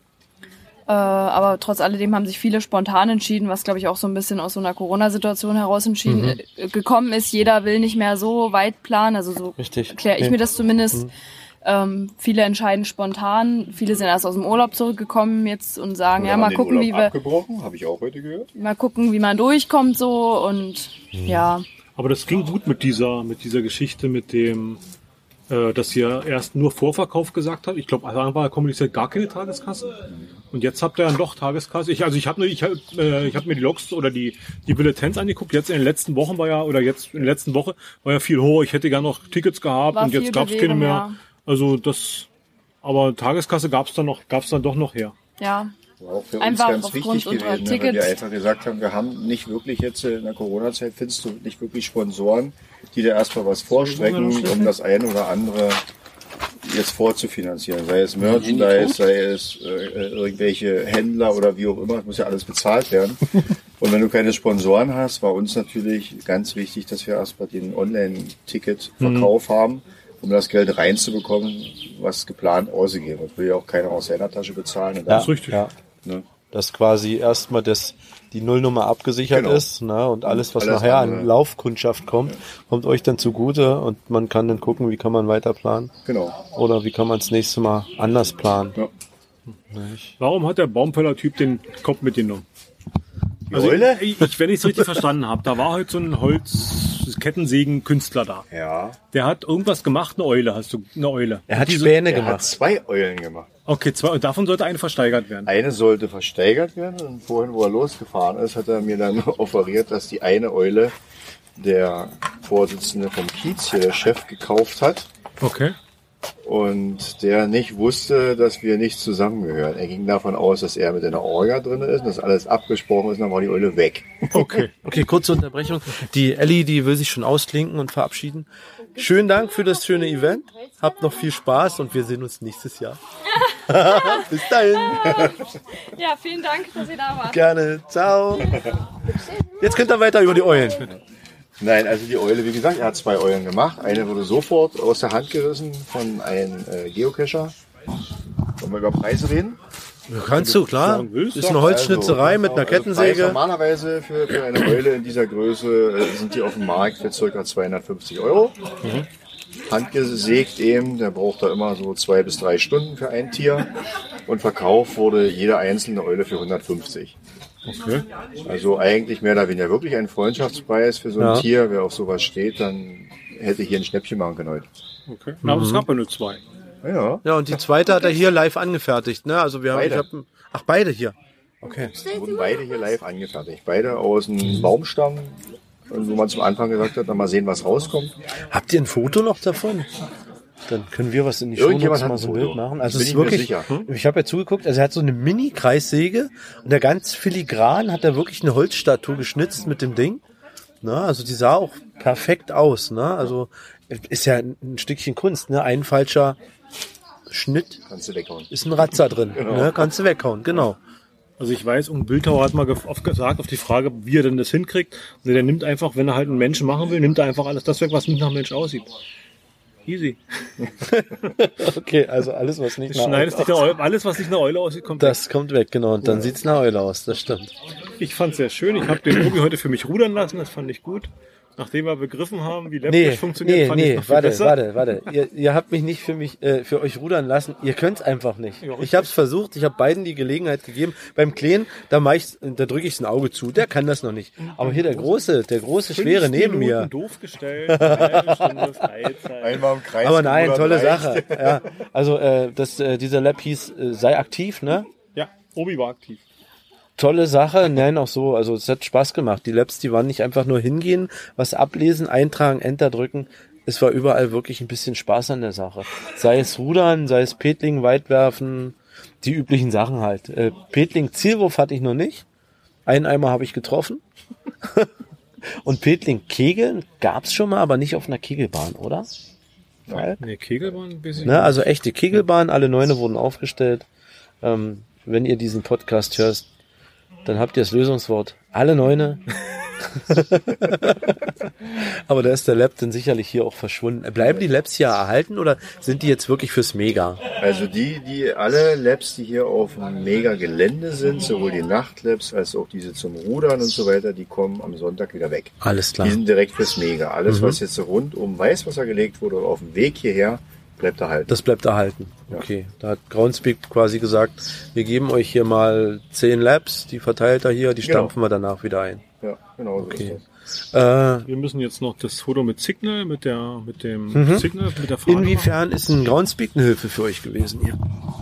äh, aber trotz alledem haben sich viele spontan entschieden, was glaube ich auch so ein bisschen aus so einer Corona-Situation heraus entschieden Mhm. äh, gekommen ist. Jeder will nicht mehr so weit planen, also so Richtig. erkläre ich Nee. mir das zumindest. Mhm. Ähm, viele entscheiden spontan, viele sind erst aus dem Urlaub zurückgekommen jetzt und sagen, Oder ja, haben mal den gucken, wie Urlaub wir, abgebrochen, habe ich auch heute gehört. mal gucken, wie man durchkommt so und ja. Aber das ging gut mit dieser, mit dieser Geschichte, mit dem, äh, dass ihr erst nur Vorverkauf gesagt habt. Ich glaube, also war kommuniziert gar keine Tageskasse. Und jetzt habt ihr dann doch Tageskasse. Ich, also ich habe ich hab, äh, ich hab mir die Logs oder die, die Bulletins angeguckt. Jetzt in den letzten Wochen war ja, oder jetzt in der letzten Woche war ja viel, oh, ich hätte gerne noch Tickets gehabt War und jetzt viel gab's keine Bewegung, mehr. ja. Also das, aber Tageskasse gab's dann noch, gab's dann doch noch her. Ja, War auch für Einfach uns ganz aufgrund wichtig unserer gewesen, ne, weil wir Tickets. einfach gesagt haben, wir haben nicht wirklich jetzt in der Corona-Zeit, findest du nicht wirklich Sponsoren, die da erstmal was vorstrecken, um das eine oder andere jetzt vorzufinanzieren. Sei es Merchandise, sei es äh, irgendwelche Händler oder wie auch immer, es muss ja alles bezahlt werden. Und wenn du keine Sponsoren hast, war uns natürlich ganz wichtig, dass wir erstmal den Online-Ticket-Verkauf haben, um das Geld reinzubekommen, was geplant ausgegeben wird. Will ja auch keiner aus seiner Tasche bezahlen. Und Ja, das, richtig. ja. ne? Dass quasi erstmal das, die Nullnummer abgesichert Genau. ist, ne? Und alles, was Alles nachher andere. an Laufkundschaft kommt, kommt euch dann zugute und man kann dann gucken, wie kann man weiter planen. Genau. Oder wie kann man das nächste Mal anders planen. Ja. Warum hat der Baumfäller-Typ den Kopf mitgenommen? Die Also Eule? ich, ich, wenn ich es richtig verstanden habe, da war heute so ein Holz-Kettensägen-Künstler da. Ja. Der hat irgendwas gemacht, eine Eule, hast du, eine Eule. Er hat Diese- Späne Er hat gemacht. zwei Eulen gemacht. Okay, zwei, und davon sollte eine versteigert werden. Eine sollte versteigert werden und vorhin, wo er losgefahren ist, hat er mir dann offeriert, dass die eine Eule der Vorsitzende vom Kiez hier, der Chef, gekauft hat Okay. und der nicht wusste, dass wir nicht zusammengehören. Er ging davon aus, dass er mit einer Orga drin ist und dass alles abgesprochen ist und dann war die Eule weg. Okay. Okay, kurze Unterbrechung. Die Elli, die will sich schon ausklinken und verabschieden. Schönen Dank für das schöne Event. Habt noch viel Spaß und wir sehen uns nächstes Jahr. Bis dahin. Ja, vielen Dank, dass ihr da wart. Gerne. Ciao. Jetzt könnt ihr weiter über die Eulen. Nein, also die Eule, wie gesagt, er hat zwei Eulen gemacht. Eine wurde sofort aus der Hand gerissen von einem äh, Geocacher. Wollen wir über Preise reden? Kannst du, klar. Ist eine Holzschnitzerei mit einer Also Preis Kettensäge. normalerweise für, für eine Eule in dieser Größe äh, sind die auf dem Markt für ca. zweihundertfünfzig Euro. Mhm. Handgesägt eben, der braucht da immer so zwei bis drei Stunden für ein Tier. Und verkauft wurde jede einzelne Eule für hundertfünfzig. Okay. Also eigentlich mehr oder weniger wirklich ein Freundschaftspreis für so ein Ja. Tier. Wer auf sowas steht, dann hätte hier ein Schnäppchen machen können heute. Okay. Na, aber es gab ja nur zwei. Ja. Ja, und die zweite hat er hier live angefertigt, ne? Also wir haben, ich Beide. hab, ach, beide hier. Okay. Die wurden beide hier live angefertigt. Beide aus einem Baumstamm. Und wo man zum Anfang gesagt hat, dann mal sehen, was rauskommt. Habt ihr ein Foto noch davon? Dann können wir was in die Irgendjemand Shownotes hat mal ein so ein Foto. Bild machen. Also Bin es ist ich mir wirklich, sicher. ich habe ja zugeguckt, also er hat so eine Mini-Kreissäge und der ganz filigran hat er wirklich eine Holzstatue geschnitzt mit dem Ding. Na, also die sah auch perfekt aus. Ne? Also ist ja ein Stückchen Kunst. Ne? Ein falscher Schnitt Kannst du weghauen. ist ein Ratzer drin. Genau. Ne? Kannst du weghauen, genau. Also ich weiß, Unge Bildhauer hat mal gef- oft gesagt auf die Frage, wie er denn das hinkriegt. Also der nimmt einfach, wenn er halt einen Menschen machen will, nimmt er einfach alles das weg, was nicht nach Mensch aussieht. Easy. Okay, also alles, was nicht Du schneidest nicht nach Eule, alles, was nicht nach Eule aussieht, kommt weg. Das kommt weg, genau. Und dann sieht's nach Eule aus, das stimmt. Ich fand's sehr schön. Ich habe den Obi heute für mich rudern lassen, das fand ich gut. Nachdem wir begriffen haben, wie Laptop Nee, funktioniert, nee, fand ich nee, noch viel warte, besser. warte, warte. Ihr, ihr habt mich nicht für mich, äh, für euch rudern lassen. Ihr könnt's einfach nicht. Ich habe es versucht. Ich habe beiden die Gelegenheit gegeben. Beim Kleinen, da mach ich's, da drücke ich ein Auge zu. Der kann das noch nicht. Aber hier der große, der große Schwere Fünf neben Minuten mir. doof gestellt, eine halbe Stunde Freizeit. Einmal im Kreis. Aber nein, gerudert, tolle reicht. Sache. Ja, also äh, das, äh, dieser Lab hieß, äh, sei aktiv, ne? Ja, Obi war aktiv. Tolle Sache, nein, auch so, also es hat Spaß gemacht. Die Labs, die waren nicht einfach nur hingehen, was ablesen, eintragen, Enter drücken. Es war überall wirklich ein bisschen Spaß an der Sache. Sei es Rudern, sei es Petling, Weitwerfen, die üblichen Sachen halt. Äh, Petling, Zielwurf hatte ich noch nicht. Einen Eimer habe ich getroffen. Und Petling, Kegeln gab's schon mal, aber nicht auf einer Kegelbahn, oder? Falk? Nee, Kegelbahn ein bisschen. Ne, also echte Kegelbahn, alle Neune wurden aufgestellt. Ähm, wenn ihr diesen Podcast hörst, dann habt ihr das Lösungswort. Alle Neune. Aber da ist der Lab dann sicherlich hier auch verschwunden. Bleiben die Labs hier erhalten oder sind die jetzt wirklich fürs Mega? Also die, die alle Labs, die hier auf dem Mega-Gelände sind, sowohl die Nachtlabs als auch diese zum Rudern und so weiter, die kommen am Sonntag wieder weg. Alles klar. Die sind direkt fürs Mega. Alles, Mhm. was jetzt rund um Weißwasser gelegt wurde oder auf dem Weg hierher, bleibt erhalten. Das bleibt erhalten. Okay. Da hat Groundspeak quasi gesagt, wir geben euch hier mal zehn Labs, die verteilt er hier, die Genau. stampfen wir danach wieder ein. Ja, genau. Okay. So Äh, Wir müssen jetzt noch das Foto mit Signal, mit der, mit dem Mhm. Signal, mit der Fahne. inwiefern ist ein Groundspeak eine Hilfe für euch gewesen hier?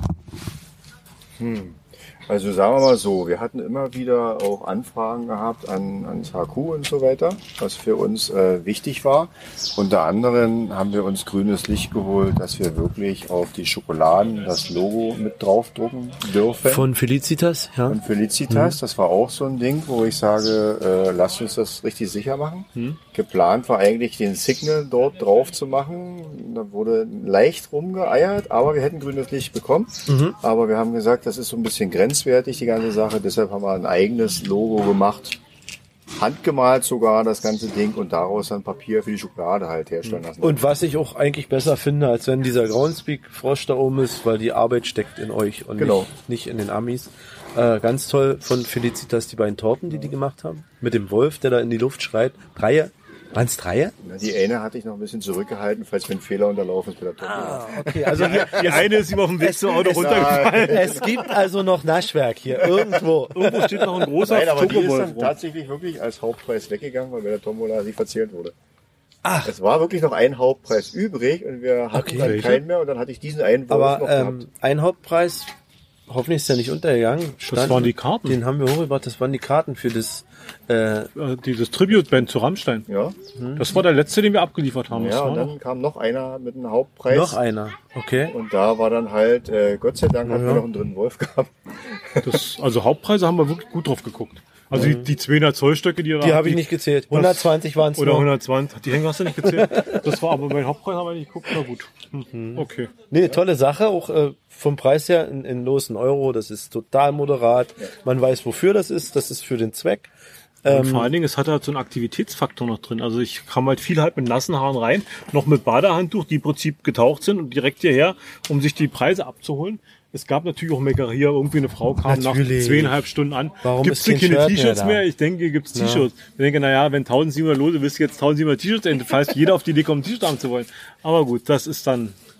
Hm. Also sagen wir mal so, wir hatten immer wieder auch Anfragen gehabt an, ans H Q und so weiter, was für uns äh, wichtig war. Unter anderem haben wir uns grünes Licht geholt, dass wir wirklich auf die Schokoladen das Logo mit draufdrucken dürfen. Von Felicitas, ja. Von Felicitas, Mhm. das war auch so ein Ding, wo ich sage, äh, lasst uns das richtig sicher machen. Mhm. Geplant war eigentlich, den Signal dort drauf zu machen. Da wurde leicht rumgeeiert, aber wir hätten grünes Licht bekommen. Mhm. Aber wir haben gesagt, das ist so ein bisschen grenzwertig, die ganze Sache. Deshalb haben wir ein eigenes Logo gemacht. Handgemalt sogar, das ganze Ding. Und daraus dann Papier für die Schokolade halt herstellen lassen. Und was ich auch eigentlich besser finde, als wenn dieser Groundspeak-Frosch da oben ist, weil die Arbeit steckt in euch und Genau. nicht, nicht in den Amis. Äh, ganz toll von Felicitas die beiden Torten, die die gemacht haben. Mit dem Wolf, der da in die Luft schreit. Dreie? Waren es Dreie? Na, die eine hatte ich noch ein bisschen zurückgehalten, falls mir ein Fehler unterlaufen ist bei der Torte. Ah, okay. Also hier, Die eine ist ihm auf dem Weg zum Auto es, runtergefallen. es gibt also noch Naschwerk hier, irgendwo. Irgendwo steht noch ein großer Nein, aber die ist Togolf dann rum. tatsächlich wirklich als Hauptpreis weggegangen, weil bei der Tombola sie verzehrt wurde. Ach. Es war wirklich noch ein Hauptpreis übrig und wir hatten Okay. dann Welcher? keinen mehr und dann hatte ich diesen einen Wolf Aber noch ähm, gehabt. ein Hauptpreis, hoffentlich ist der nicht untergegangen. Das waren die Karten. Den haben wir hochgebracht, das waren die Karten für das äh, Äh, Dieses Tribute-Band zu Rammstein. Ja, Das war der letzte, den wir abgeliefert haben. Das ja war und noch- dann kam noch einer mit einem Hauptpreis. noch einer. Okay. Und da war dann halt, äh, Gott sei Dank, hatten Ja. wir noch einen dritten Wolf gehabt. Das, also Hauptpreise haben wir wirklich gut drauf geguckt. Also die, die zweihundert Zollstöcke, die da Die habe ich nicht gezählt. hundertzwanzig waren es Oder nur. hundertzwanzig. Die hängen hast du nicht gezählt. Das war aber mein Hauptpreis, haben wir nicht geguckt. Na gut. Hm. Okay. Nee, tolle Sache, auch äh, vom Preis her in, in losen Euro. Das ist total moderat. Man weiß, wofür das ist. Das ist für den Zweck. Und Ähm, vor allen Dingen, es hat halt so einen Aktivitätsfaktor noch drin. Also ich kam halt viel halt mit nassen Haaren rein, noch mit Badehandtuch, die im Prinzip getaucht sind und direkt hierher, um sich die Preise abzuholen. Es gab natürlich auch Meckeria, irgendwie eine Frau kam Natürlich. nach zweieinhalb Stunden an. Warum Gibt's ist denn kein keine Shirt mehr T-Shirts da? mehr? Ich denke, hier gibt's Ja. T-Shirts. Ich denke, naja, wenn tausendsiebenhundert Lose, willst du jetzt tausendsiebenhundert T-Shirts, dann fast jeder auf die Idee kommt, ein T-Shirt haben zu wollen. Aber gut, das ist dann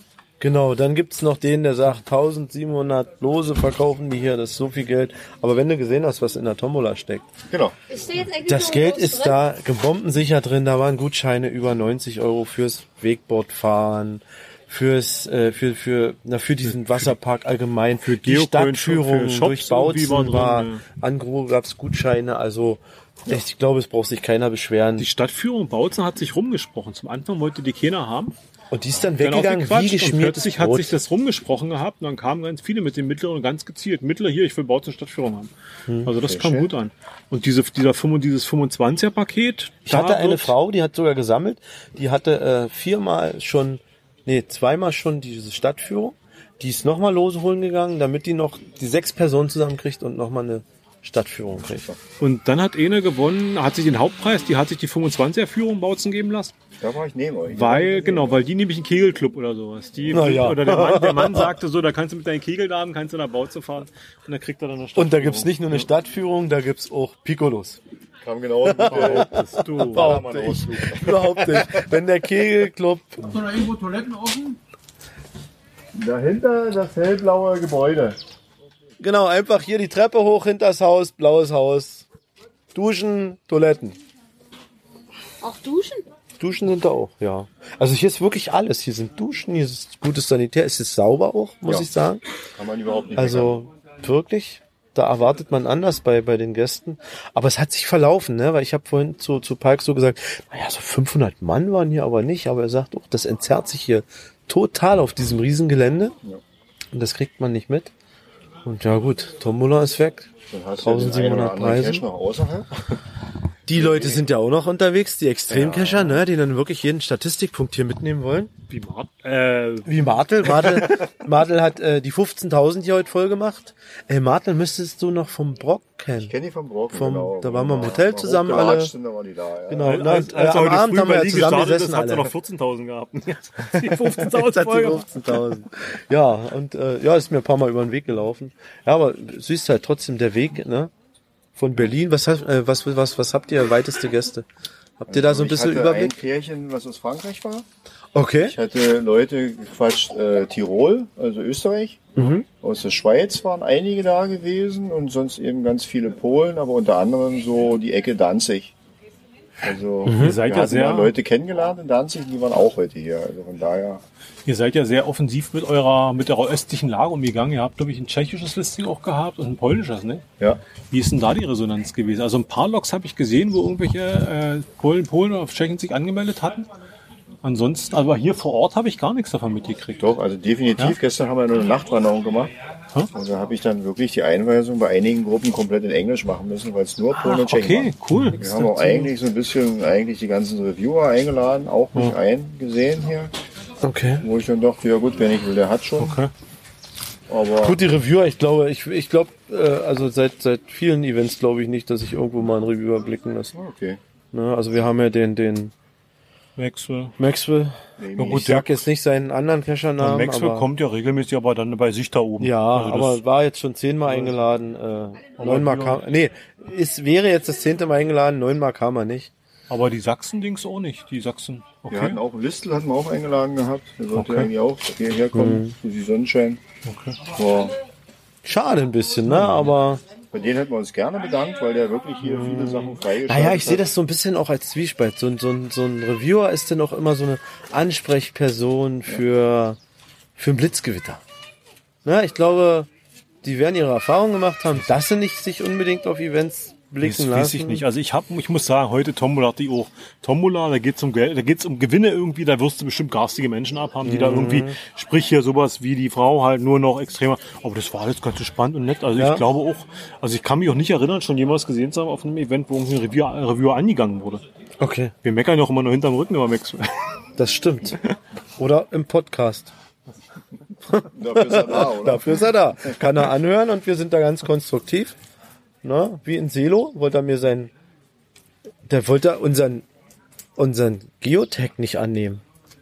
Genau, dann gibt's noch den, der sagt, eintausendsiebenhundert Lose verkaufen die hier, das ist so viel Geld. Aber wenn du gesehen hast, was in der Tombola steckt, Genau. das Geld ist da gebombensicher drin, da waren Gutscheine über neunzig Euro fürs Wakeboardfahren, fürs, äh, für, für, na, für diesen Wasserpark allgemein, für die Geocoin, Stadtführung für Shops durch Bautzen irgendwie war war, drin, ja. Angro gab's Gutscheine, also, ich glaube, es braucht sich keiner beschweren. Die Stadtführung Bautzen hat sich rumgesprochen. Zum Anfang wollte die keiner haben. Und die ist dann Dann weggegangen, wie und geschmiertes plötzlich hat Brot. sich das rumgesprochen gehabt und dann kamen ganz viele mit dem Mittleren ganz gezielt. Mittler hier, ich will Bautzen Stadtführung haben. Hm. Also das Sehr kam schön. gut an. Und diese, dieser fünf, dieses fünfundzwanziger-Paket. Ich hatte eine Frau, die hat sogar gesammelt, die hatte äh, viermal schon, nee, zweimal schon diese Stadtführung. Die ist nochmal lose holen gegangen, damit die noch die sechs Personen zusammenkriegt und nochmal eine Stadtführung kriegt. Und dann hat eine gewonnen, hat sich den Hauptpreis, die hat sich die fünfundzwanziger-Führung Bautzen geben lassen. Da war ich neben euch. Weil, genau, weil die nämlich ein Kegelclub oder sowas. Die, Na ja. Oder der Mann, der Mann sagte so, da kannst du mit deinen Kegeldamen, kannst du nach Bautzen fahren und dann kriegt er dann eine Stadtführung. Und da gibt's nicht nur eine Stadtführung, da gibt's auch Piccolos. Kam genau in Behauptest du. Überhaupt nicht. Überhaupt nicht. Wenn der Kegelclub... Hast du noch irgendwo Toiletten offen? Dahinter das hellblaue Gebäude. Genau, einfach hier die Treppe hoch, hinters Haus, blaues Haus. Duschen, Toiletten. Auch duschen? Duschen sind da auch, ja. Also hier ist wirklich alles. Hier sind Duschen, hier ist gutes Sanitär. Es ist sauber auch, muss Ja. ich sagen. Kann man überhaupt nicht Also wirklich, da erwartet man anders bei bei den Gästen. Aber es hat sich verlaufen, ne? Weil ich habe vorhin zu, zu Park so gesagt, naja, so fünfhundert Mann waren hier aber nicht. Aber er sagt, oh, das entzerrt sich hier total auf diesem Riesengelände. Ja. Und das kriegt man nicht mit. Und ja gut, Tombola ist weg. Dann hast du den einen oder eintausendsiebenhundert anderen Preise. Cash noch außerhalb. Die Leute sind ja auch noch unterwegs, die Extremcacher, ne, die dann wirklich jeden Statistikpunkt hier mitnehmen wollen. Wie Mart, äh, Wie Martel. Martel, Martel hat äh, die fünfzehntausend hier heute voll gemacht. Äh, Martel müsstest du noch vom Brock kennen. Ich kenne die vom Brock, Vom, genau. Da waren wir im Hotel Mal zusammen alle. hochgelatscht sind, da waren die da, ja. Genau. als, Na, als, äh, als er am heute Abend früh haben wir ja Berlin zusammen gestartet gesessen ist, hat sie alle. noch vierzehntausend gehabt. Jetzt hat sie Jetzt fünfzehntausend hat sie voll gemacht. fünfzehntausend. Ja, und äh, ja, ist mir ein paar Mal über den Weg gelaufen. Ja, aber siehst halt trotzdem der Weg, ne? Von Berlin. Was, hast- äh, was, was, was habt ihr weiteste Gäste? Habt ihr da so ein bisschen ich hatte Überblick? ein Pärchen, was aus Frankreich war. Okay. Ich hatte Leute gequatscht, äh, Tirol, also Österreich. Mhm. Aus der Schweiz waren einige da gewesen und sonst eben ganz viele Polen, aber unter anderem so die Ecke Danzig. Also Mhm. Ihr seid wir ja hatten sehr- mal Leute kennengelernt in Danzig, die waren auch heute hier. Also von daher. Ihr seid ja sehr offensiv mit eurer, mit eurer östlichen Lage umgegangen. Ihr habt, glaube ich, ein tschechisches Listing auch gehabt und ein polnisches, ne? Ja. Wie ist denn da die Resonanz gewesen? Also ein paar Logs habe ich gesehen, wo irgendwelche äh, Polen, Polen oder Tschechen sich angemeldet hatten. Ansonsten, aber hier vor Ort habe ich gar nichts davon mitgekriegt. Doch, also definitiv. Ja? Gestern haben wir nur eine Nachtwanderung gemacht. Hm? Und da habe ich dann wirklich die Einweisung bei einigen Gruppen komplett in Englisch machen müssen, weil es nur Polen und Tschechen okay, waren. cool. Wir haben auch eigentlich so ein bisschen eigentlich die ganzen Reviewer eingeladen, auch mich Ja. eingesehen hier. Okay. Wo ich dann dachte, ja gut, wenn ich will, der hat schon. Okay. Aber Gut, die Reviewer, ich glaube, ich, ich glaube, äh, also seit, seit vielen Events glaube ich nicht, dass ich irgendwo mal einen Reviewer blicken lasse. okay. Ne, also wir haben ja den, den Maxwell. Maxwell. Nee, Ja, gut, Ich sag jetzt nicht seinen anderen Der Cacher-Namen, Maxwell aber, kommt ja regelmäßig, aber dann bei sich da oben. ja, Also das- aber war jetzt schon zehnmal eingeladen, äh, neunmal kam, nee, es wäre jetzt das zehnte Mal eingeladen, neunmal kam er nicht. Aber die Sachsen-Dings auch nicht. Die Sachsen. Wir hatten Okay. auch Listel, hatten wir auch eingeladen gehabt. Der sollte Okay. eigentlich auch hierher kommen, Mhm. zu die Sonnenschein. Okay. Ja. Schade ein bisschen, ne, aber, Bei denen hätten wir uns gerne bedankt, weil der wirklich hier viele Sachen freigeschaltet hat. naja, ich sehe das so ein bisschen auch als Zwiespalt. So, ein- so, ein- so ein Reviewer ist dann auch immer so eine Ansprechperson für, für ein Blitzgewitter. Na, ich glaube, die werden ihre Erfahrungen gemacht haben, dass sie nicht sich unbedingt auf Events blicken Das lassen. weiß ich nicht. Also ich hab, ich muss sagen, heute Tombola hat die auch. Tombola, da geht's um Geld, da geht's um Gewinne irgendwie, da wirst du bestimmt garstige Menschen abhaben, die da Mhm. irgendwie, sprich hier sowas wie die Frau halt nur noch extremer. Aber das war alles ganz spannend und nett. Also Ja. ich glaube auch, also ich kann mich auch nicht erinnern, schon jemals gesehen zu haben auf einem Event, wo irgendwie ein Review, ein Review angegangen wurde. Okay, Wir meckern ja auch immer nur hinterm Rücken über Max. das stimmt. Oder im Podcast. Dafür ist er da, oder? Dafür ist er da. Kann er anhören und wir sind da ganz konstruktiv. Ne? Wie in Selo wollte er mir sein, der wollte unseren, unseren Geotag nicht annehmen.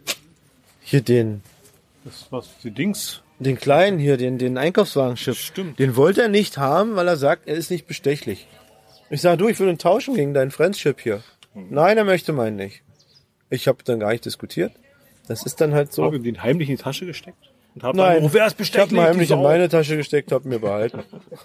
Hier den, Das was die Dings. den kleinen hier, den, den Einkaufswagenschiff. Stimmt. Den wollte er nicht haben, weil er sagt, er ist nicht bestechlich. Ich sage, du, ich will ihn tauschen gegen deinen Friendship hier. Nein, er möchte meinen nicht. Ich habe dann gar nicht diskutiert. Das ist dann halt so. Haben wir den heimlich in die Tasche gesteckt? Und hab Nein, angerufen, wer ist ich Besteck? habe mal heimlich in meine Tasche gesteckt, habe mir behalten.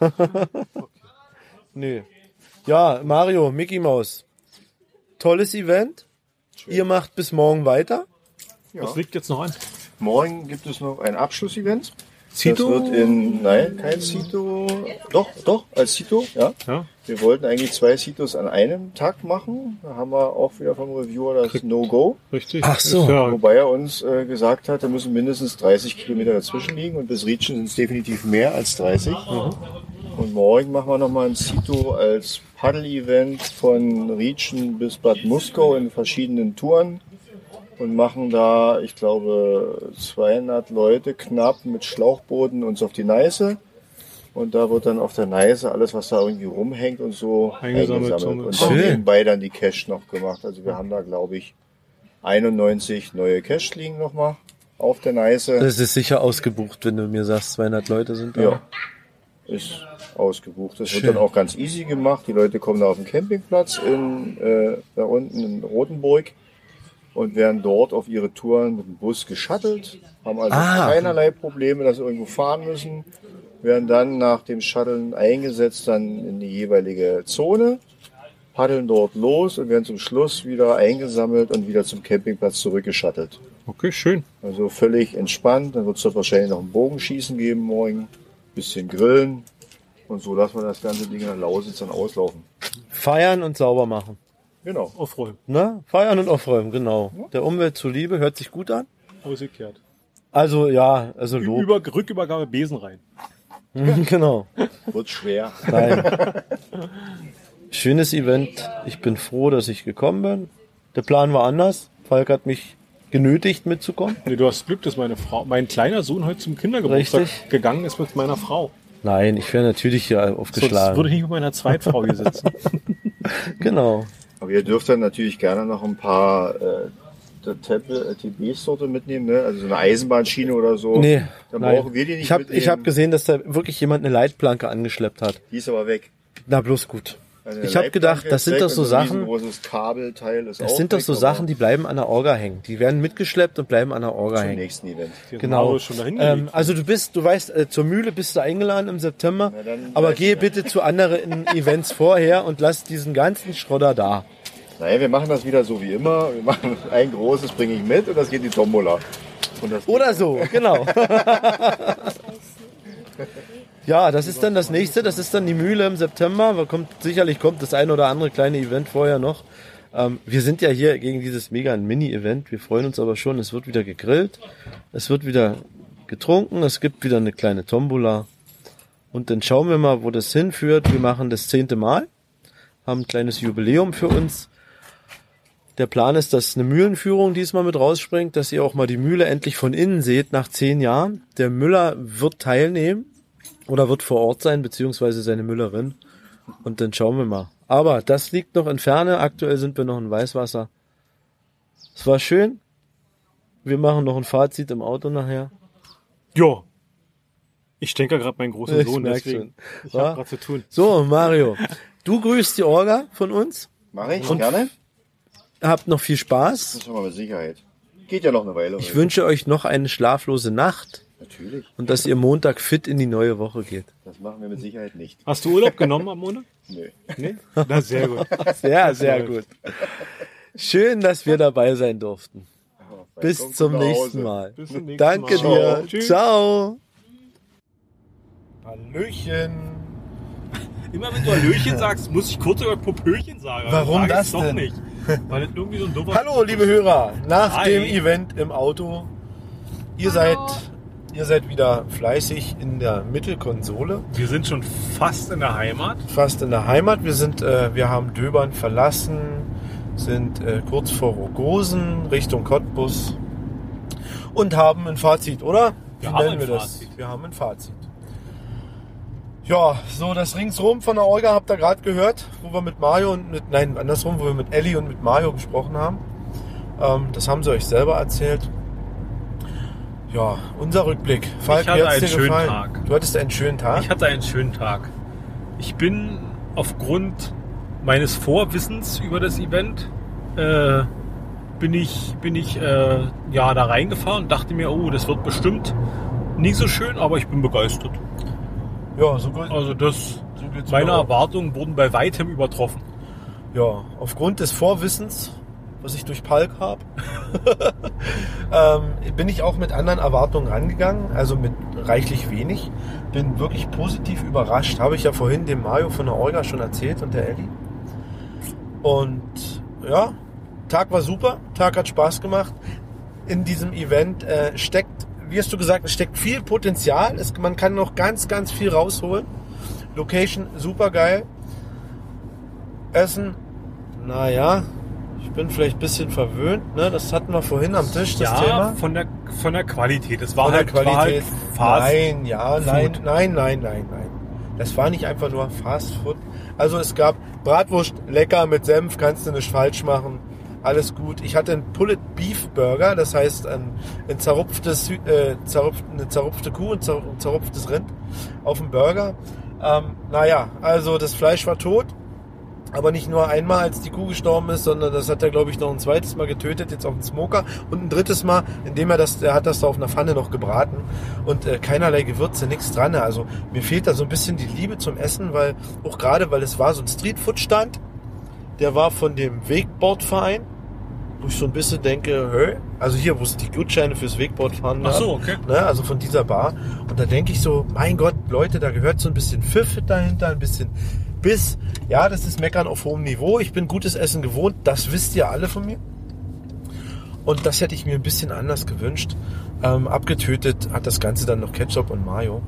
Nee. Ja, Mario, Mickey Maus. Tolles Event. Schön. Ihr macht bis morgen weiter. Ja. Was liegt jetzt noch an? Morgen gibt es noch ein Abschlussevent. Cito? Das wird in, nein, kein Cito. Doch, doch, als Cito, ja. ja. Wir wollten eigentlich zwei Citos an einem Tag machen. Da haben wir auch wieder vom Reviewer das No-Go. Richtig. Ach so. Ja. Wobei er uns äh, gesagt hat, da müssen mindestens dreißig Kilometer dazwischen liegen und bis Rietschen sind es definitiv mehr als dreißig. Mhm. Und morgen machen wir nochmal ein Cito als Paddel-Event von Rietschen bis Bad Muskau in verschiedenen Touren. Und machen da, ich glaube, zweihundert Leute knapp mit Schlauchbooten uns auf die Neiße. Und da wird dann auf der Neiße alles, was da irgendwie rumhängt und so, eingesammelt. eingesammelt. Und dann nebenbei dann die Cache noch gemacht. Also wir haben da, glaube ich, einundneunzig neue Cache liegen nochmal auf der Neiße. Das ist sicher ausgebucht, wenn du mir sagst, zweihundert Leute sind da. Ja, ist ausgebucht. Das Schön. Wird dann auch ganz easy gemacht. Die Leute kommen da auf den Campingplatz in, äh, da unten in Rotenburg. Und werden dort auf ihre Touren mit dem Bus geschuttelt, haben also ah. keinerlei Probleme, dass sie irgendwo fahren müssen, werden dann nach dem Shutteln eingesetzt dann in die jeweilige Zone, paddeln dort los und werden zum Schluss wieder eingesammelt und wieder zum Campingplatz zurückgeschuttelt. Okay, schön. Also völlig entspannt, dann wird es dort wahrscheinlich noch ein Bogenschießen geben morgen, bisschen grillen und so lassen wir das ganze Ding in der Lausitz dann auslaufen. Feiern und sauber machen. Genau. Aufräumen. Ne? Feiern und aufräumen, genau. Ja. Der Umwelt zuliebe, hört sich gut an. Ausgekehrt. Also, ja, also Lob. Über, Rückübergabe Besen rein. Genau. Wird schwer. Nein. Schönes Event. Ich bin froh, dass ich gekommen bin. Der Plan war anders. Falk hat mich genötigt mitzukommen. Nee, du hast Glück, dass meine Frau, mein kleiner Sohn heute zum Kindergeburtstag Richtig. gegangen ist mit meiner Frau. Nein, ich wäre natürlich hier aufgeschlagen. Sonst würde ich nicht mit meiner Zweitfrau hier sitzen. Genau. Aber ihr dürft dann natürlich gerne noch ein paar äh, T B-Sorte mitnehmen, ne? Also so eine Eisenbahnschiene oder so. Nee, dann nein. brauchen wir die nicht ich hab, mitnehmen. Ich habe gesehen, dass da wirklich jemand eine Leitplanke angeschleppt hat. Die ist aber weg. Na, bloß gut. Also ich habe gedacht, das sind doch so Sachen, Kabelteil ist das auch sind doch so Sachen, die bleiben an der Orga hängen. Die werden mitgeschleppt und bleiben an der Orga zum hängen. nächsten Event. Genau. Ähm, also du bist, du weißt, äh, zur Mühle bist du eingeladen im September, aber geh bitte zu anderen Events vorher und lass diesen ganzen Schrodder da. Naja, wir machen das wieder so wie immer. Wir machen ein großes, bringe ich mit und das geht in die Tombola. Und das Oder so, genau. Ja, das ist dann das nächste, das ist dann die Mühle im September. Da kommt, sicherlich kommt das ein oder andere kleine Event vorher noch. Ähm, wir sind ja hier gegen dieses mega Mini-Event. Wir freuen uns aber schon, es wird wieder gegrillt, es wird wieder getrunken, es gibt wieder eine kleine Tombola. Und dann schauen wir mal, wo das hinführt. Wir machen das zehnte Mal, haben ein kleines Jubiläum für uns. Der Plan ist, dass eine Mühlenführung diesmal mit rausspringt, dass ihr auch mal die Mühle endlich von innen seht nach zehn Jahren. Der Müller wird teilnehmen. Oder wird vor Ort sein, beziehungsweise seine Müllerin. Und dann schauen wir mal. Aber das liegt noch in Ferne. Aktuell sind wir noch in Weißwasser. Es war schön. Wir machen noch ein Fazit im Auto nachher. Jo. Ich denke gerade meinen großen Sohn, ich deswegen. Schon. Ich habe gerade zu tun. So, Mario. Du grüßt die Orga von uns. Mach ich, und gerne. Habt noch viel Spaß. Das ist mal mit Sicherheit. Geht ja noch eine Weile. Ich wünsche euch noch eine schlaflose Nacht. Natürlich. Und dass ihr Montag fit in die neue Woche geht. Das machen wir mit Sicherheit nicht. Hast du Urlaub genommen am Montag? Nö. Nee? Na, sehr gut. Sehr, sehr gut. Schön, dass wir dabei sein durften. Oh, Bis zum nächsten Mal. Bis zum nächsten Danke Mal. dir. Tschüss. Ciao. Hallöchen. Immer wenn du Hallöchen sagst, muss ich kurz über Popöchen sagen. Warum sag das doch denn? Nicht. Weil das irgendwie so ein doofer Hallo, liebe Hörer. Nach Hi. dem Event im Auto. Ihr seid... Ihr seid wieder fleißig in der Mittelkonsole. Wir sind schon fast in der Heimat. Fast in der Heimat. Wir sind, äh, wir haben Döbern verlassen, sind äh, kurz vor Rogosen Richtung Cottbus und haben ein Fazit, oder? Wie Wir haben nennen ein wir Fazit. das? Wir haben ein Fazit. Ja, so das Ringsrum von der Olga habt ihr gerade gehört, wo wir mit Mario und mit, nein, andersrum, wo wir mit Elli und mit Mario gesprochen haben. Ähm, das haben sie euch selber erzählt. Ja, unser Rückblick. Falk, Ich hatte wie hat's einen dir schönen gefallen? Tag. Du hattest einen schönen Tag? Ich hatte einen schönen Tag. Ich bin aufgrund meines Vorwissens über das Event äh, bin ich, bin ich äh, ja, da reingefahren und dachte mir, oh, das wird bestimmt nicht so schön, aber ich bin begeistert. Ja, so gut. Also das, so geht's meine mir auch. Erwartungen wurden bei weitem übertroffen. Ja, aufgrund des Vorwissens, was ich durch Palk habe, ähm, bin ich auch mit anderen Erwartungen rangegangen, also mit reichlich wenig. Bin wirklich positiv überrascht. Habe ich ja vorhin dem Mario von der Olga schon erzählt und der Elli. Und ja, Tag war super, Tag hat Spaß gemacht. In diesem Event äh, steckt, wie hast du gesagt, es steckt viel Potenzial. Es, man kann noch ganz, ganz viel rausholen. Location super geil. Essen, naja, ich bin vielleicht ein bisschen verwöhnt. Ne? Das hatten wir vorhin am Tisch, das ja, Thema. von der, von der Qualität. Das war Von halt, der Qualität. War halt Fast nein, ja, Food. nein, nein, nein, nein, nein. Das war nicht einfach nur Fast Food. Also es gab Bratwurst, lecker mit Senf, kannst du nicht falsch machen. Alles gut. Ich hatte einen Pulled Beef Burger, das heißt ein, ein zerrupftes, äh, zerrupft, eine zerrupfte Kuh und zer, zerrupftes Rind auf dem Burger. Ähm, naja, also das Fleisch war tot. Aber nicht nur einmal, als die Kuh gestorben ist, sondern das hat er, glaube ich, noch ein zweites Mal getötet, jetzt auf dem Smoker. Und ein drittes Mal, indem er das, er hat das da auf einer Pfanne noch gebraten. Und äh, keinerlei Gewürze, nichts dran. Also mir fehlt da so ein bisschen die Liebe zum Essen, weil, auch gerade, weil es war so ein Streetfood-Stand. Der war von dem Wakeboard-Verein, wo ich so ein bisschen denke, hä? Also hier, wo es die Gutscheine fürs Wakeboardfahren Ach so, gab, okay. ne? Also von dieser Bar. Und da denke ich so, mein Gott, Leute, da gehört so ein bisschen Pfiff dahinter, ein bisschen Biss. Ja, das ist Meckern auf hohem Niveau. Ich bin gutes Essen gewohnt, das wisst ihr alle von mir. Und das hätte ich mir ein bisschen anders gewünscht. Ähm, abgetötet hat das Ganze dann noch Ketchup und Mayo.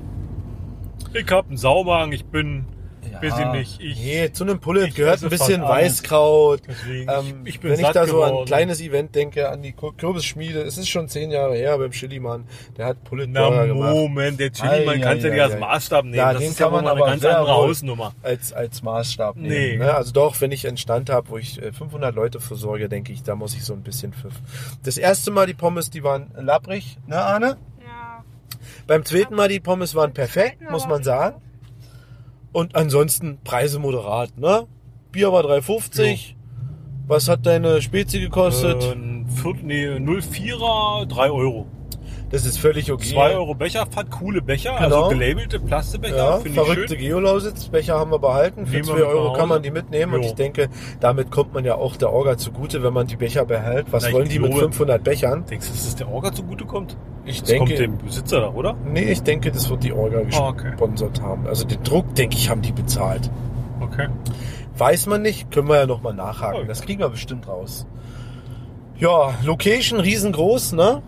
Ich hab einen Saumagen, ich bin, Ja, weiß ich nicht, ich, nee, zu einem Pullet ich gehört esse ein bisschen fast alles. Weißkraut. Deswegen, Ähm, ich, ich bin wenn ich satt da so an geworden. ein kleines Event denke, an die Kur- Kürbisschmiede, es ist schon zehn Jahre her beim Chili-Mann, der hat Pullet Na Burger gemacht. Moment, der Chili, man Ei, kann es ja ei, nicht als ei, ei. Maßstab nehmen. Ja, das den ist ja kann man wohl eine aber ganz sehr andere wohl Hausnummer. Als, als Maßstab nehmen. Nee. Ne? Also doch, wenn ich einen Stand habe, wo ich äh, fünfhundert Leute versorge, denke ich, da muss ich so ein bisschen pfiff. Das erste Mal die Pommes, die waren labbrig, ne Arne? Ja. Beim zweiten Mal die Pommes waren perfekt, muss man sagen. Und ansonsten Preise moderat, ne? Bier war drei fünfzig. Was hat deine Spezi gekostet? Äh, ein Viertel, nee, null Komma vierer, drei Euro. Das ist völlig okay. zwei Euro Becher, fand coole Becher, Genau. also gelabelte Plastikbecher, Ja, finde ich verrückte schön. Geolausitz-Becher haben wir behalten. Für Nehmen wir zwei mit Euro nach kann man Hause. die mitnehmen. Und Jo. ich denke, damit kommt man ja auch der Orga zugute, wenn man die Becher behält. Was Na, ich wollen die mit glaube- fünfhundert Bechern? Denkst du, dass das der Orga zugutekommt? Ich Das denke, kommt dem Besitzer da, oder? nee, ich denke, das wird die Orga Ah, okay. gesponsert haben. Also den Druck, denke ich, haben die bezahlt. Okay. Weiß man nicht, können wir ja nochmal nachhaken. Okay. Das kriegen wir bestimmt raus. Ja, Location riesengroß, ne?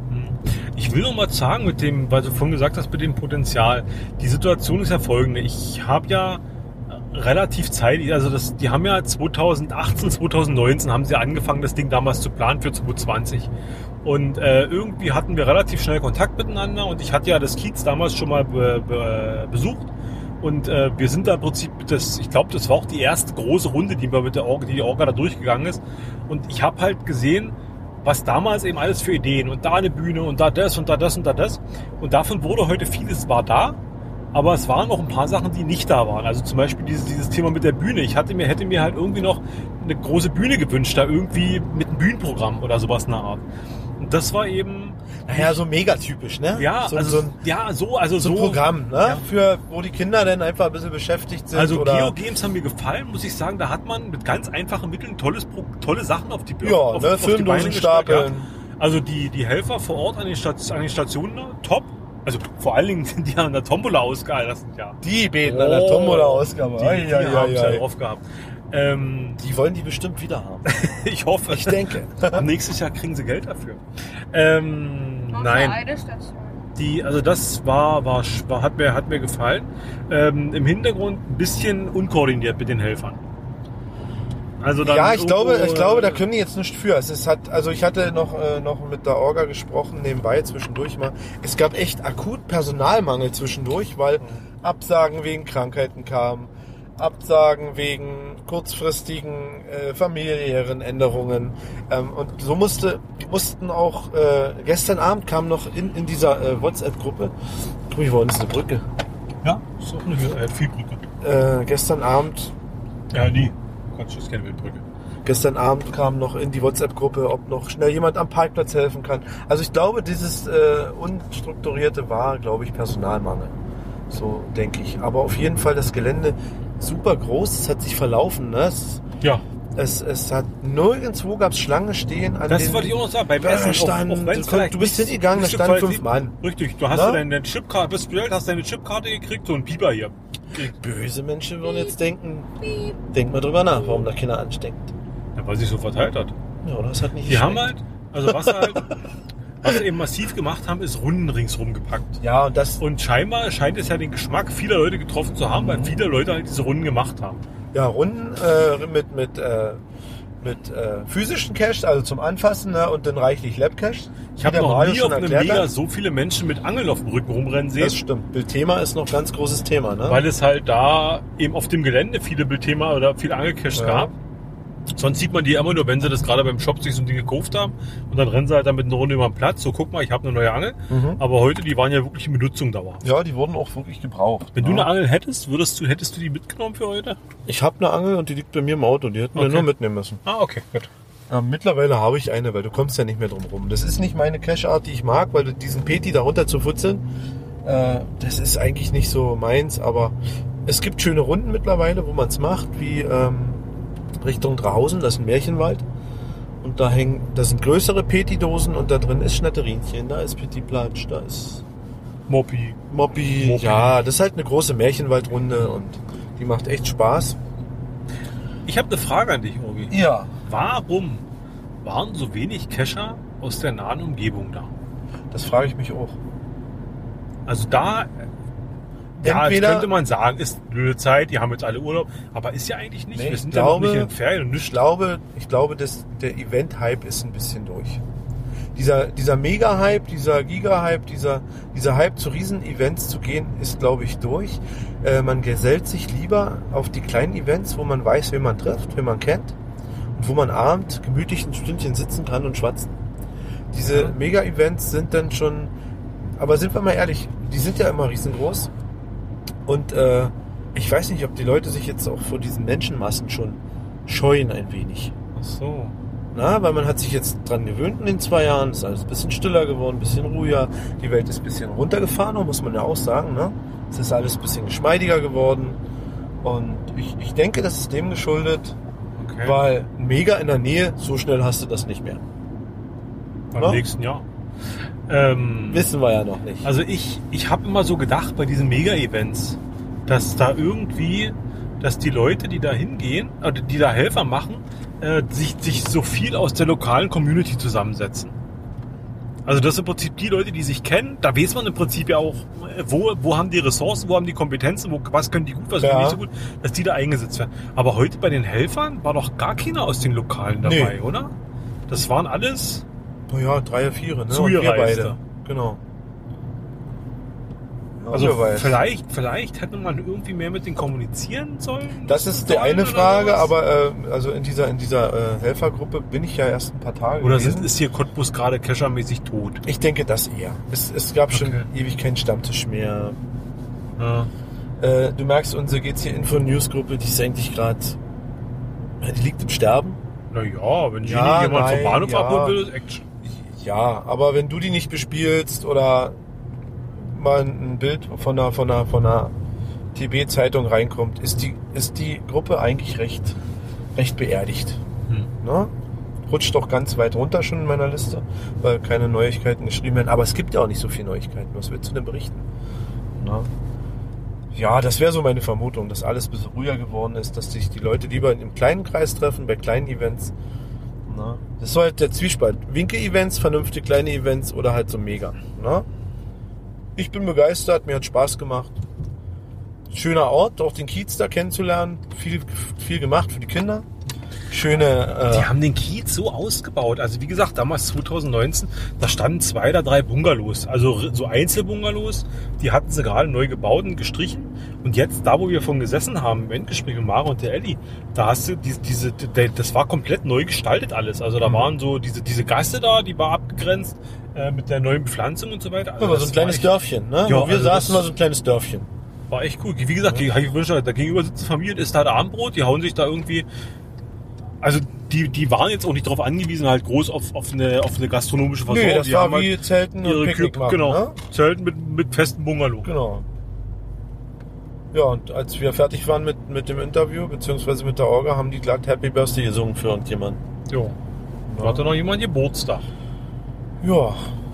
Ich will noch mal sagen, mit dem, weil du vorhin gesagt hast, mit dem Potenzial. Die Situation ist ja folgende. Ich habe ja relativ Zeit, also das, die haben ja zwanzig achtzehn, zwanzig neunzehn haben sie angefangen, das Ding damals zu planen für zwanzig zwanzig. Und äh, irgendwie hatten wir relativ schnell Kontakt miteinander und ich hatte ja das Kiez damals schon mal be, be, besucht. Und äh, wir sind da im Prinzip, das, ich glaube, das war auch die erste große Runde, die wir mit der Orga, die, die Orga da durchgegangen ist. Und ich habe halt gesehen, was damals eben alles für Ideen und da eine Bühne und da das und da das und da das. Und davon wurde heute vieles war da, aber es waren noch ein paar Sachen, die nicht da waren. Also zum Beispiel dieses, dieses Thema mit der Bühne. Ich hatte mir, hätte mir halt irgendwie noch eine große Bühne gewünscht, da irgendwie mit einem Bühnenprogramm oder sowas in der Art. Und das war eben... Naja, so mega typisch, ne? Ja, so, also so ein, ja, so, also so ein so Programm, ne? Ja. Für, wo die Kinder dann einfach ein bisschen beschäftigt sind. Also oder Geo-Games haben mir gefallen, muss ich sagen. Da hat man mit ganz einfachen Mitteln tolles, Pro- tolle Sachen auf die Ja, auf, ne, auf die Beine Filmdosen gestellt, stapeln. ja. Also die, die Helfer vor Ort an den, Stat- an den Stationen, top. Also vor allen Dingen sind die an der Tombola ausgehalten. Das sind ja Die beten an der Tombola-Ausgabe. Die, die Ei, ei, haben ei, es ja ei. drauf gehabt. Ähm, Die wollen die bestimmt wieder haben. ich hoffe. Ich denke. Nächstes Jahr kriegen sie Geld dafür. Ähm, nein. Eine Station. Die, also das war, war, war hat mir, hat mir gefallen. Ähm, Im Hintergrund ein bisschen unkoordiniert mit den Helfern. Also dann Ja, ich irgendwo, glaube, ich glaube, da äh, können die jetzt nicht für. Es ist, hat, also ich hatte noch, äh, noch mit der Orga gesprochen, nebenbei zwischendurch mal. Es gab echt akut Personalmangel zwischendurch, weil Absagen wegen Krankheiten kamen, Absagen wegen kurzfristigen äh, familiären Änderungen. Ähm, und so musste, mussten auch, äh, gestern Abend kam noch in, in dieser äh, WhatsApp-Gruppe, guck mal, hier war uns eine Brücke. Ja, ist auch eine äh, Vielbrücke. Äh, gestern Abend Ja, die. Quatsch, das ist keine Wildbrücke. Gestern Abend kam noch in die WhatsApp-Gruppe, ob noch schnell jemand am Parkplatz helfen kann. Also ich glaube, dieses äh, Unstrukturierte war, glaube ich, Personalmangel. So denke ich. Aber auf jeden Fall das Gelände super groß. Es hat sich verlaufen. Ne? Es, ja. Es, es hat nirgendwo gab es Schlange stehen. An das den wollte ich auch noch sagen. Beim Essen stand, auf, auf du, konnt, du bist hingegangen, da standen fünf Mann. Richtig, du hast Na? deine Chipkarte, bist bestellt, hast deine Chipkarte gekriegt, so ein Pieper hier. Böse Menschen würden jetzt denken, denk mal drüber nach, warum da Kinder ansteckt. Ja, weil sich so verteilt hat. Ja, oder das hat nicht Die haben halt, also was halt, was sie eben massiv gemacht haben, ist Runden ringsrum gepackt. Ja, und das. Und scheinbar scheint es ja den Geschmack vieler Leute getroffen zu haben, weil viele Leute halt diese Runden gemacht haben. Ja, Runden äh, mit, mit, äh, mit äh, physischen Cash, also zum Anfassen, ne, und dann reichlich Lab-Cash. Ich habe noch nie auf einem Mega so viele Menschen mit Angeln auf dem Rücken rumrennen sehen. Das stimmt. Bildthema ist noch ein ganz großes Thema, ne? Weil es halt da eben auf dem Gelände viele Bildthema oder viele Angelcaches ja. gab. Sonst sieht man die immer nur, wenn sie das gerade beim Shop sich so ein Ding gekauft haben und dann rennen sie halt dann mit einer Runde über den Platz. So, guck mal, ich habe eine neue Angel. Mhm. Aber heute, die waren ja wirklich in Benutzung dauerhaft. Ja, die wurden auch wirklich gebraucht. Wenn ja. du eine Angel hättest, würdest du, hättest du die mitgenommen für heute? Ich habe eine Angel und die liegt bei mir im Auto. Die hätten okay. wir nur mitnehmen müssen. Ah, okay, gut. Ja, mittlerweile habe ich eine, weil du kommst ja nicht mehr drum rum. Das ist nicht meine Cache-Art, die ich mag, weil du diesen Peti da runter zu futzeln, äh, das ist eigentlich nicht so meins. Aber es gibt schöne Runden mittlerweile, wo man es macht, wie ähm, Richtung Draußen, das ist ein Märchenwald. Und da hängen, da sind größere Peti-Dosen und da drin ist Schnatterinchen, da ist Petit Platsch, da ist Moppi. Moppi. Moppi. Ja, das ist halt eine große Märchenwaldrunde und die macht echt Spaß. Ich habe eine Frage an dich, Ogi. Ja. Warum waren so wenig Cacher aus der nahen Umgebung da? Das frage ich mich auch. Also da, ja, Entweder, könnte man sagen, ist eine blöde Zeit, die haben jetzt alle Urlaub, aber ist ja eigentlich nicht. Nee, Wir sind glaube, ja noch nicht in Ferien und nichts. Ich glaube, ich glaube, dass der Event-Hype ist ein bisschen durch. Dieser, dieser Mega-Hype, dieser Giga-Hype, dieser, dieser Hype zu Riesen-Events zu gehen, ist, glaube ich, durch. Äh, man gesellt sich lieber auf die kleinen Events, wo man weiß, wen man trifft, wen man kennt und wo man abend gemütlich ein Stündchen sitzen kann und schwatzen. Diese mhm. Mega-Events sind dann schon, aber sind wir mal ehrlich, die sind ja immer riesengroß und äh, ich weiß nicht, ob die Leute sich jetzt auch vor diesen Menschenmassen schon scheuen ein wenig. Ach so. Na, weil man hat sich jetzt dran gewöhnt in den zwei Jahren, ist alles ein bisschen stiller geworden, ein bisschen ruhiger, die Welt ist ein bisschen runtergefahren, muss man ja auch sagen, ne? Es ist alles ein bisschen geschmeidiger geworden und ich, ich denke, das ist dem geschuldet, okay. Weil mega in der Nähe, so schnell hast du das nicht mehr. Beim no? nächsten Jahr. Ähm, Wissen wir ja noch nicht. Also ich, ich habe immer so gedacht bei diesen Mega-Events, dass da irgendwie, dass die Leute, die da hingehen, oder die da Helfer machen, äh, sich, sich so viel aus der lokalen Community zusammensetzen. Also das sind im Prinzip die Leute, die sich kennen, da weiß man im Prinzip ja auch, wo, wo haben die Ressourcen, wo haben die Kompetenzen, wo, was können die gut, was ja. können die nicht so gut, dass die da eingesetzt werden. Aber heute bei den Helfern war doch gar keiner aus den Lokalen dabei, nee. Oder? Das waren alles... Naja, drei, vier, ne? Zugereiste. Beide. Genau. Ja, also vielleicht, vielleicht hätte man irgendwie mehr mit denen kommunizieren sollen. Das ist die eine Frage, aber äh, also in dieser in dieser äh, Helfergruppe bin ich ja erst ein paar Tage. Oder gewesen. Ist hier Cottbus gerade cachermäßig tot? Ich denke das eher. Es, es gab schon okay. ewig keinen Stammtisch mehr. Ja. Äh, du merkst, unsere G C Info News Gruppe, die ist eigentlich gerade, die liegt im Sterben. Naja, wenn die ja, jemand nein, vom Bahnhof ja. abholen will, ist Action. Ja, aber wenn du die nicht bespielst oder mal ein Bild von einer, von einer, von einer T B-Zeitung reinkommt, ist die, ist die Gruppe eigentlich recht, recht beerdigt. Hm. Ne? Rutscht doch ganz weit runter schon in meiner Liste, weil keine Neuigkeiten geschrieben werden. Aber es gibt ja auch nicht so viele Neuigkeiten. Was willst du denn berichten? Ne? Ja, das wäre so meine Vermutung, dass alles ein bisschen ruhiger geworden ist, dass sich die Leute lieber im kleinen Kreis treffen, bei kleinen Events. Na, das ist halt der Zwiespalt. Winke-Events, vernünftige kleine Events oder halt so mega. Na? Ich bin begeistert, mir hat Spaß gemacht. Schöner Ort, auch den Kiez da kennenzulernen. Viel, viel gemacht für die Kinder. Schöne... Äh die haben den Kiez so ausgebaut. Also wie gesagt, damals zwanzig neunzehn, da standen zwei oder drei Bungalows. Also so Einzelbungalows. Die hatten sie gerade neu gebaut und gestrichen. Und jetzt, da wo wir von gesessen haben, im Endgespräch mit Mara und der Elli, da hast du diese, diese, das war komplett neu gestaltet alles. Also da mhm. waren so diese, diese Gasse da, die war abgegrenzt äh, mit der neuen Bepflanzung und so weiter. Also ja, war so ein kleines echt, Dörfchen, ne? Ja, wo wir also saßen, war so ein kleines Dörfchen. War echt cool. Wie gesagt, ja. Da gegenüber sitzt eine Familie, isst halt Abendbrot, die hauen sich da irgendwie Also die, die waren jetzt auch nicht darauf angewiesen, halt groß auf, auf, eine, auf eine gastronomische Versorgung. Nee, das die war haben wie halt Zelten und ihre Picknick Kühe- machen, Genau, ne? Zelten mit, mit festen Bungalow. Genau. Ja, und als wir fertig waren mit, mit dem Interview, beziehungsweise mit der Orga, haben die glatt Happy Birthday gesungen für irgendjemanden. Jo. Da hatte noch jemand Geburtstag. Ja.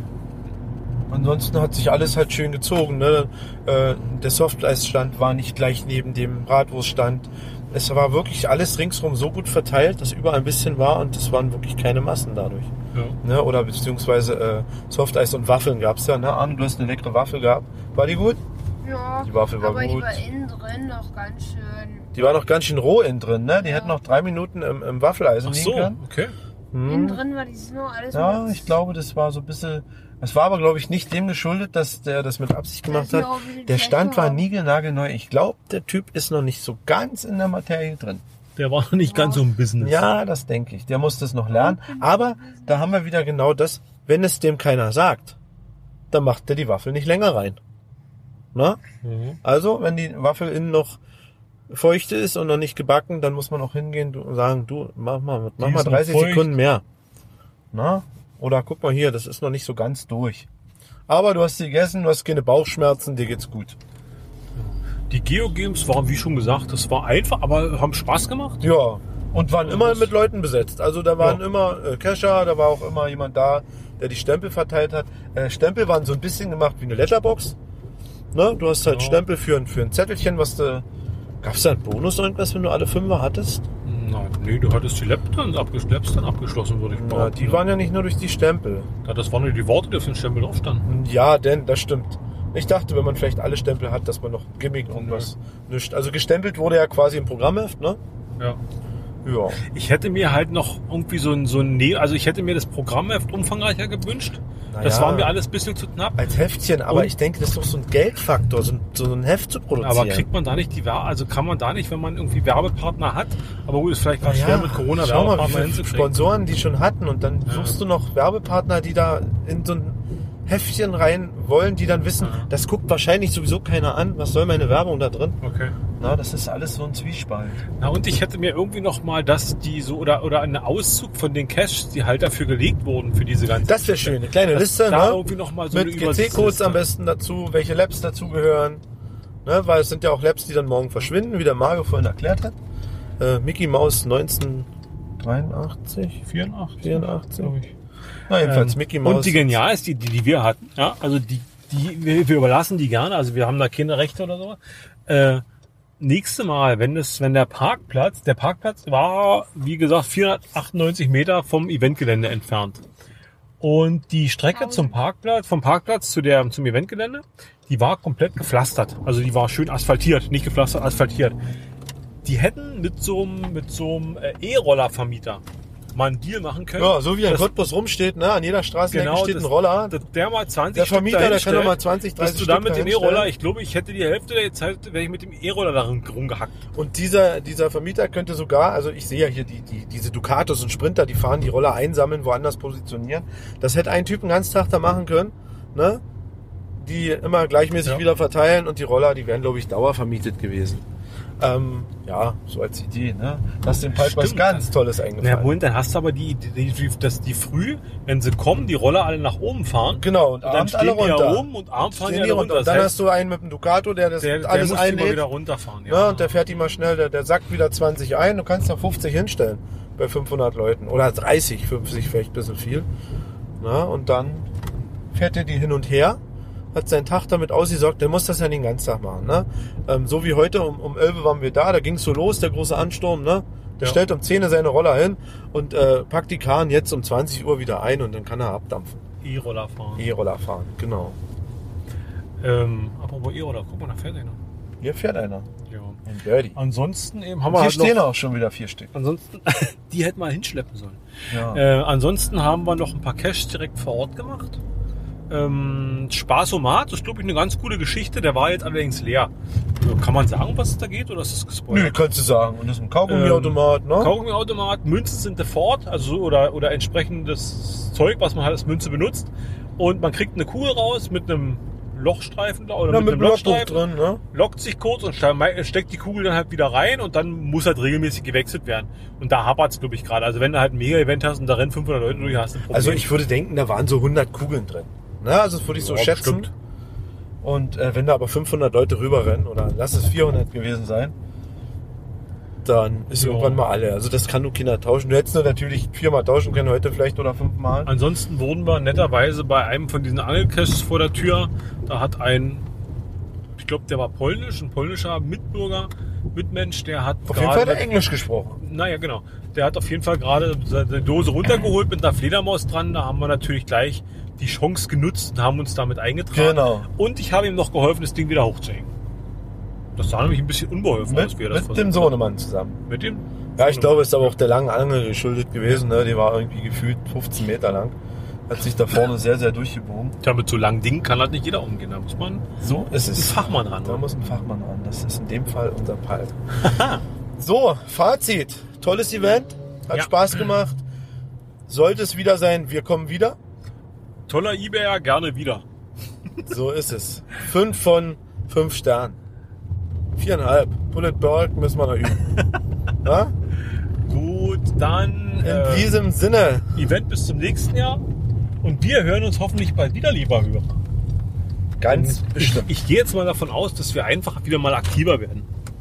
Ansonsten hat sich alles halt schön gezogen. Ne? Äh, der Softeisstand war nicht gleich neben dem Bratwurststand. Es war wirklich alles ringsrum so gut verteilt, dass überall ein bisschen war und es waren wirklich keine Massen dadurch. Ja. Ne? Oder beziehungsweise äh, Softeis und Waffeln gab es ja. Ne? Arne, du hast eine leckere Waffel gehabt. War die gut? Ja, Die Waffel war aber gut. die war innen drin noch ganz schön. Die war noch ganz schön roh innen drin. Ne? Die hätten noch drei Minuten im, im Waffeleisen Ach liegen so, können. okay. Hm. Innen drin war dieses nur alles Ja, mit- ich glaube, das war so ein bisschen. Es war aber, glaube ich, nicht dem geschuldet, dass der das mit Absicht gemacht ist mir hat. auch ein bisschen Der schlecht Stand war geworden. niegelnagelneu. Ich glaube, der Typ ist noch nicht so ganz in der Materie drin. Der war noch nicht ganz so im Business. Ja, das denke ich. Der muss das noch lernen. Aber da haben wir wieder genau das, wenn es dem keiner sagt, dann macht der die Waffel nicht länger rein. Na? Mhm. Also, wenn die Waffel innen noch feucht ist und noch nicht gebacken, dann muss man auch hingehen und sagen, du, mach mal, mach Die mal ist noch dreißig feucht. Sekunden mehr. Na? Oder guck mal hier, das ist noch nicht so ganz durch. Aber du hast sie gegessen, du hast keine Bauchschmerzen, dir geht's gut. Die Geogames waren, wie schon gesagt, das war einfach, aber haben Spaß gemacht. Ja, und waren Ja, immer das- mit Leuten besetzt. Also da waren Ja. immer äh, Cacher, da war auch immer jemand da, der die Stempel verteilt hat. Äh, Stempel waren so ein bisschen gemacht wie eine Letterbox. Ne? Du hast halt Ja. Stempel für, ein- für ein Zettelchen, was du... Gab's da einen Bonus irgendwas, wenn du alle Fünfer hattest? Nein, nee, du hattest die Lab dann, abges- Labs dann abgeschlossen, würde ich Ja, behaupten. die waren ja nicht nur durch die Stempel. Ja, das waren nur die Worte, die auf den Stempel drauf standen. Ja, denn, das stimmt. Ich dachte, wenn man vielleicht alle Stempel hat, dass man noch ein Gimmick und was nischt. Also gestempelt wurde ja quasi im Programmheft, ne? Ja. Ja. Ich hätte mir halt noch irgendwie so ein, so ein ne also ich hätte mir das Programmheft umfangreicher gewünscht. Das Naja. war mir alles ein bisschen zu knapp. Als Heftchen, aber Und- ich denke, das ist doch so ein Geldfaktor, so ein, so ein Heft zu produzieren. Aber kriegt man da nicht die Werbe, also kann man da nicht, wenn man irgendwie Werbepartner hat, aber gut, ist vielleicht gerade Ja, schwer mit Corona schau mal, wie Werbepartner viele hinzukriegen. Sponsoren die schon hatten und dann Ja. suchst du noch Werbepartner, die da in so ein Heftchen rein wollen, die dann wissen, Ja. das guckt wahrscheinlich sowieso keiner an, was soll meine Werbung da drin? Okay. Na, das ist alles so ein Zwiespalt. Na, und ich hätte mir irgendwie noch mal, dass die so, oder, oder einen Auszug von den Caches, die halt dafür gelegt wurden, für diese ganze Das wäre schön, eine kleine Dass Liste, da ne? irgendwie noch mal so Mit eine G C-Codes Übersichtsliste. am besten dazu, welche Labs dazugehören. Ne? Weil es sind ja auch Labs, die dann morgen verschwinden, wie der Mario vorhin erklärt hat. Äh, Mickey Mouse neunzehnhundertdreiundachtzig, vierundachtzig, vierundachtzig. glaube ich. Na, jedenfalls Ähm, Mickey Mouse. Und die genial ist die, die, die wir hatten. Ja, also die, die, wir, wir überlassen die gerne. Also wir haben da keine Rechte oder so. Äh, nächste Mal, wenn es, wenn der Parkplatz, der Parkplatz war, wie gesagt, vierhundertachtundneunzig Meter vom Eventgelände entfernt. Und die Strecke zum Parkplatz, vom Parkplatz zu der, zum Eventgelände, die war komplett gepflastert. Also die war schön asphaltiert, nicht gepflastert, asphaltiert. Die hätten mit so einem, mit so einem äh, E-Roller-Vermieter mal einen Deal machen können. Ja, so wie ein dass- Cottbus rumsteht, ne? An jeder Straßenecke Genau, steht ein das- Roller. dass der mal zwanzig Der Stück Vermieter, der kann dahinstellt, doch mal zwanzig, dass dreißig du da Stück mit dem dahinstellen. E-Roller, ich glaube, ich hätte die Hälfte der Zeit, wäre ich mit dem E-Roller da rum- rumgehackt. Und dieser, dieser Vermieter könnte sogar, also ich sehe ja hier die, die, diese Ducatos und Sprinter, die fahren, die Roller einsammeln, woanders positionieren. Das hätte ein Typ den ganzen Tag da machen können, ne? Die immer gleichmäßig Ja. wieder verteilen und die Roller, die wären, glaube ich, dauervermietet gewesen. Ähm, ja, so als Idee, ne? Das ist dem Palk was Stimmt. ganz Tolles Na eingefallen. Moment, dann hast du aber die, die, die, dass die früh, wenn sie kommen, die Roller alle nach oben fahren. Genau, und, Und dann abends alle stehen die ja runter. oben und abends fahren Stehen die ja runter. runter. Und dann Das hast du einen mit dem Ducato, der das der, der alles muss die mal einlädt. wieder runterfahren. Ja. Ja, und der fährt die mal schnell, der, der sackt wieder zwanzig ein, du kannst da fünfzig hinstellen bei fünfhundert Leuten. Oder dreißig, fünfzig vielleicht ein bisschen viel. Na, und dann fährt er die hin und her, hat seinen Tag damit ausgesorgt, der muss das ja den ganzen Tag machen. Ne? Ähm, so wie heute, um, um elf waren wir da, da ging es so los, der große Ansturm. Ne? Der Ja. stellt um zehn seine Roller hin und äh, packt die Karren jetzt um zwanzig Uhr wieder ein und dann kann er abdampfen. E-Roller fahren. E-Roller fahren, genau. Ähm, apropos E-Roller, guck mal, da fährt einer. Hier fährt einer. Ja. Ein Birdie. Ansonsten eben haben wir Hier halt stehen noch, auch schon wieder vier Stück. ansonsten, die hätten wir hinschleppen sollen. Ja. Äh, ansonsten haben wir noch ein paar Caches direkt vor Ort gemacht. Ähm, Spaßomat, das ist glaube ich eine ganz coole Geschichte, der war jetzt allerdings leer. Also, kann man sagen, was es da geht oder ist das gespoilert? Nö, kannst du sagen. Und das ist ein Kaugummiautomat, ähm, ne? Kaugummiautomat, Münzen sind sofort, also so- oder, oder entsprechendes Zeug, was man halt als Münze benutzt. Und man kriegt eine Kugel raus mit einem Lochstreifen oder Ja, mit, mit einem dem Logbuch Lochstreifen, drin, ne? lockt sich kurz und steckt die Kugel dann halt wieder rein und dann muss halt regelmäßig gewechselt werden. Und da hapert's, glaube ich, gerade. Also wenn du halt ein Mega-Event hast und da rennen fünfhundert Leute durch, hast du ein Problem. Also ich würde denken, da waren so hundert Kugeln drin. Na, also das würde ich so Ja, schätzen. bestimmt. Und äh, wenn da aber fünfhundert Leute rüberrennen, oder lass es vierhundert gewesen sein, dann ist Ja. irgendwann mal alle. Also das kann nur Kinder tauschen. Du hättest nur natürlich viermal tauschen können heute vielleicht oder fünfmal. Ansonsten wurden wir netterweise bei einem von diesen Angelcaches vor der Tür, da hat ein, ich glaube, der war polnisch, ein polnischer Mitbürger, Mitmensch, der hat Auf jeden Fall hat er Englisch gesprochen. Naja, genau. Der hat auf jeden Fall gerade seine Dose runtergeholt mit einer Fledermaus dran. Da haben wir natürlich gleich die Chance genutzt und haben uns damit eingetragen. Genau. Und ich habe ihm noch geholfen, das Ding wieder hochzuhängen. Das sah nämlich ein bisschen unbeholfen aus, Mit, wie er das mit versucht dem hat. Sohnemann zusammen. Mit dem? Ja, ich glaube, es ist aber auch der langen Angel geschuldet gewesen. Ne? Die war irgendwie gefühlt fünfzehn Meter lang. Hat sich da vorne sehr, sehr durchgebogen. Ja, mit so langen Dingen kann halt nicht jeder umgehen. Da muss man So ist es. ein Fachmann ran. Da muss ein Fachmann ran. Das ist in dem Fall unser Palt. So, Fazit. Tolles Event. Hat Ja. Spaß gemacht. Sollte es wieder sein, wir kommen wieder. Toller eBayer, gerne wieder. So ist es. Fünf von fünf Sternen. Viereinhalb. Bullet Berg müssen wir noch üben. Ja? Gut, dann In äh, diesem Sinne. Event bis zum nächsten Jahr. Und wir hören uns hoffentlich bald wieder, lieber Hörer. Ganz ich, bestimmt. ich gehe jetzt mal davon aus, dass wir einfach wieder mal aktiver werden.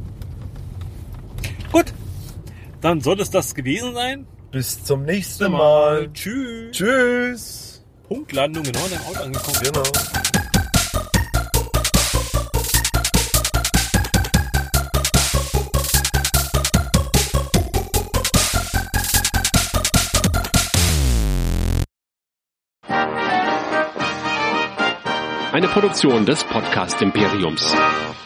Gut, dann soll es das gewesen sein. Bis zum nächsten Mal. Tschüss. Tschüss. Punktlandung, genau in deinem Auto angekommen. Genau. Eine Produktion des Podcast Imperiums.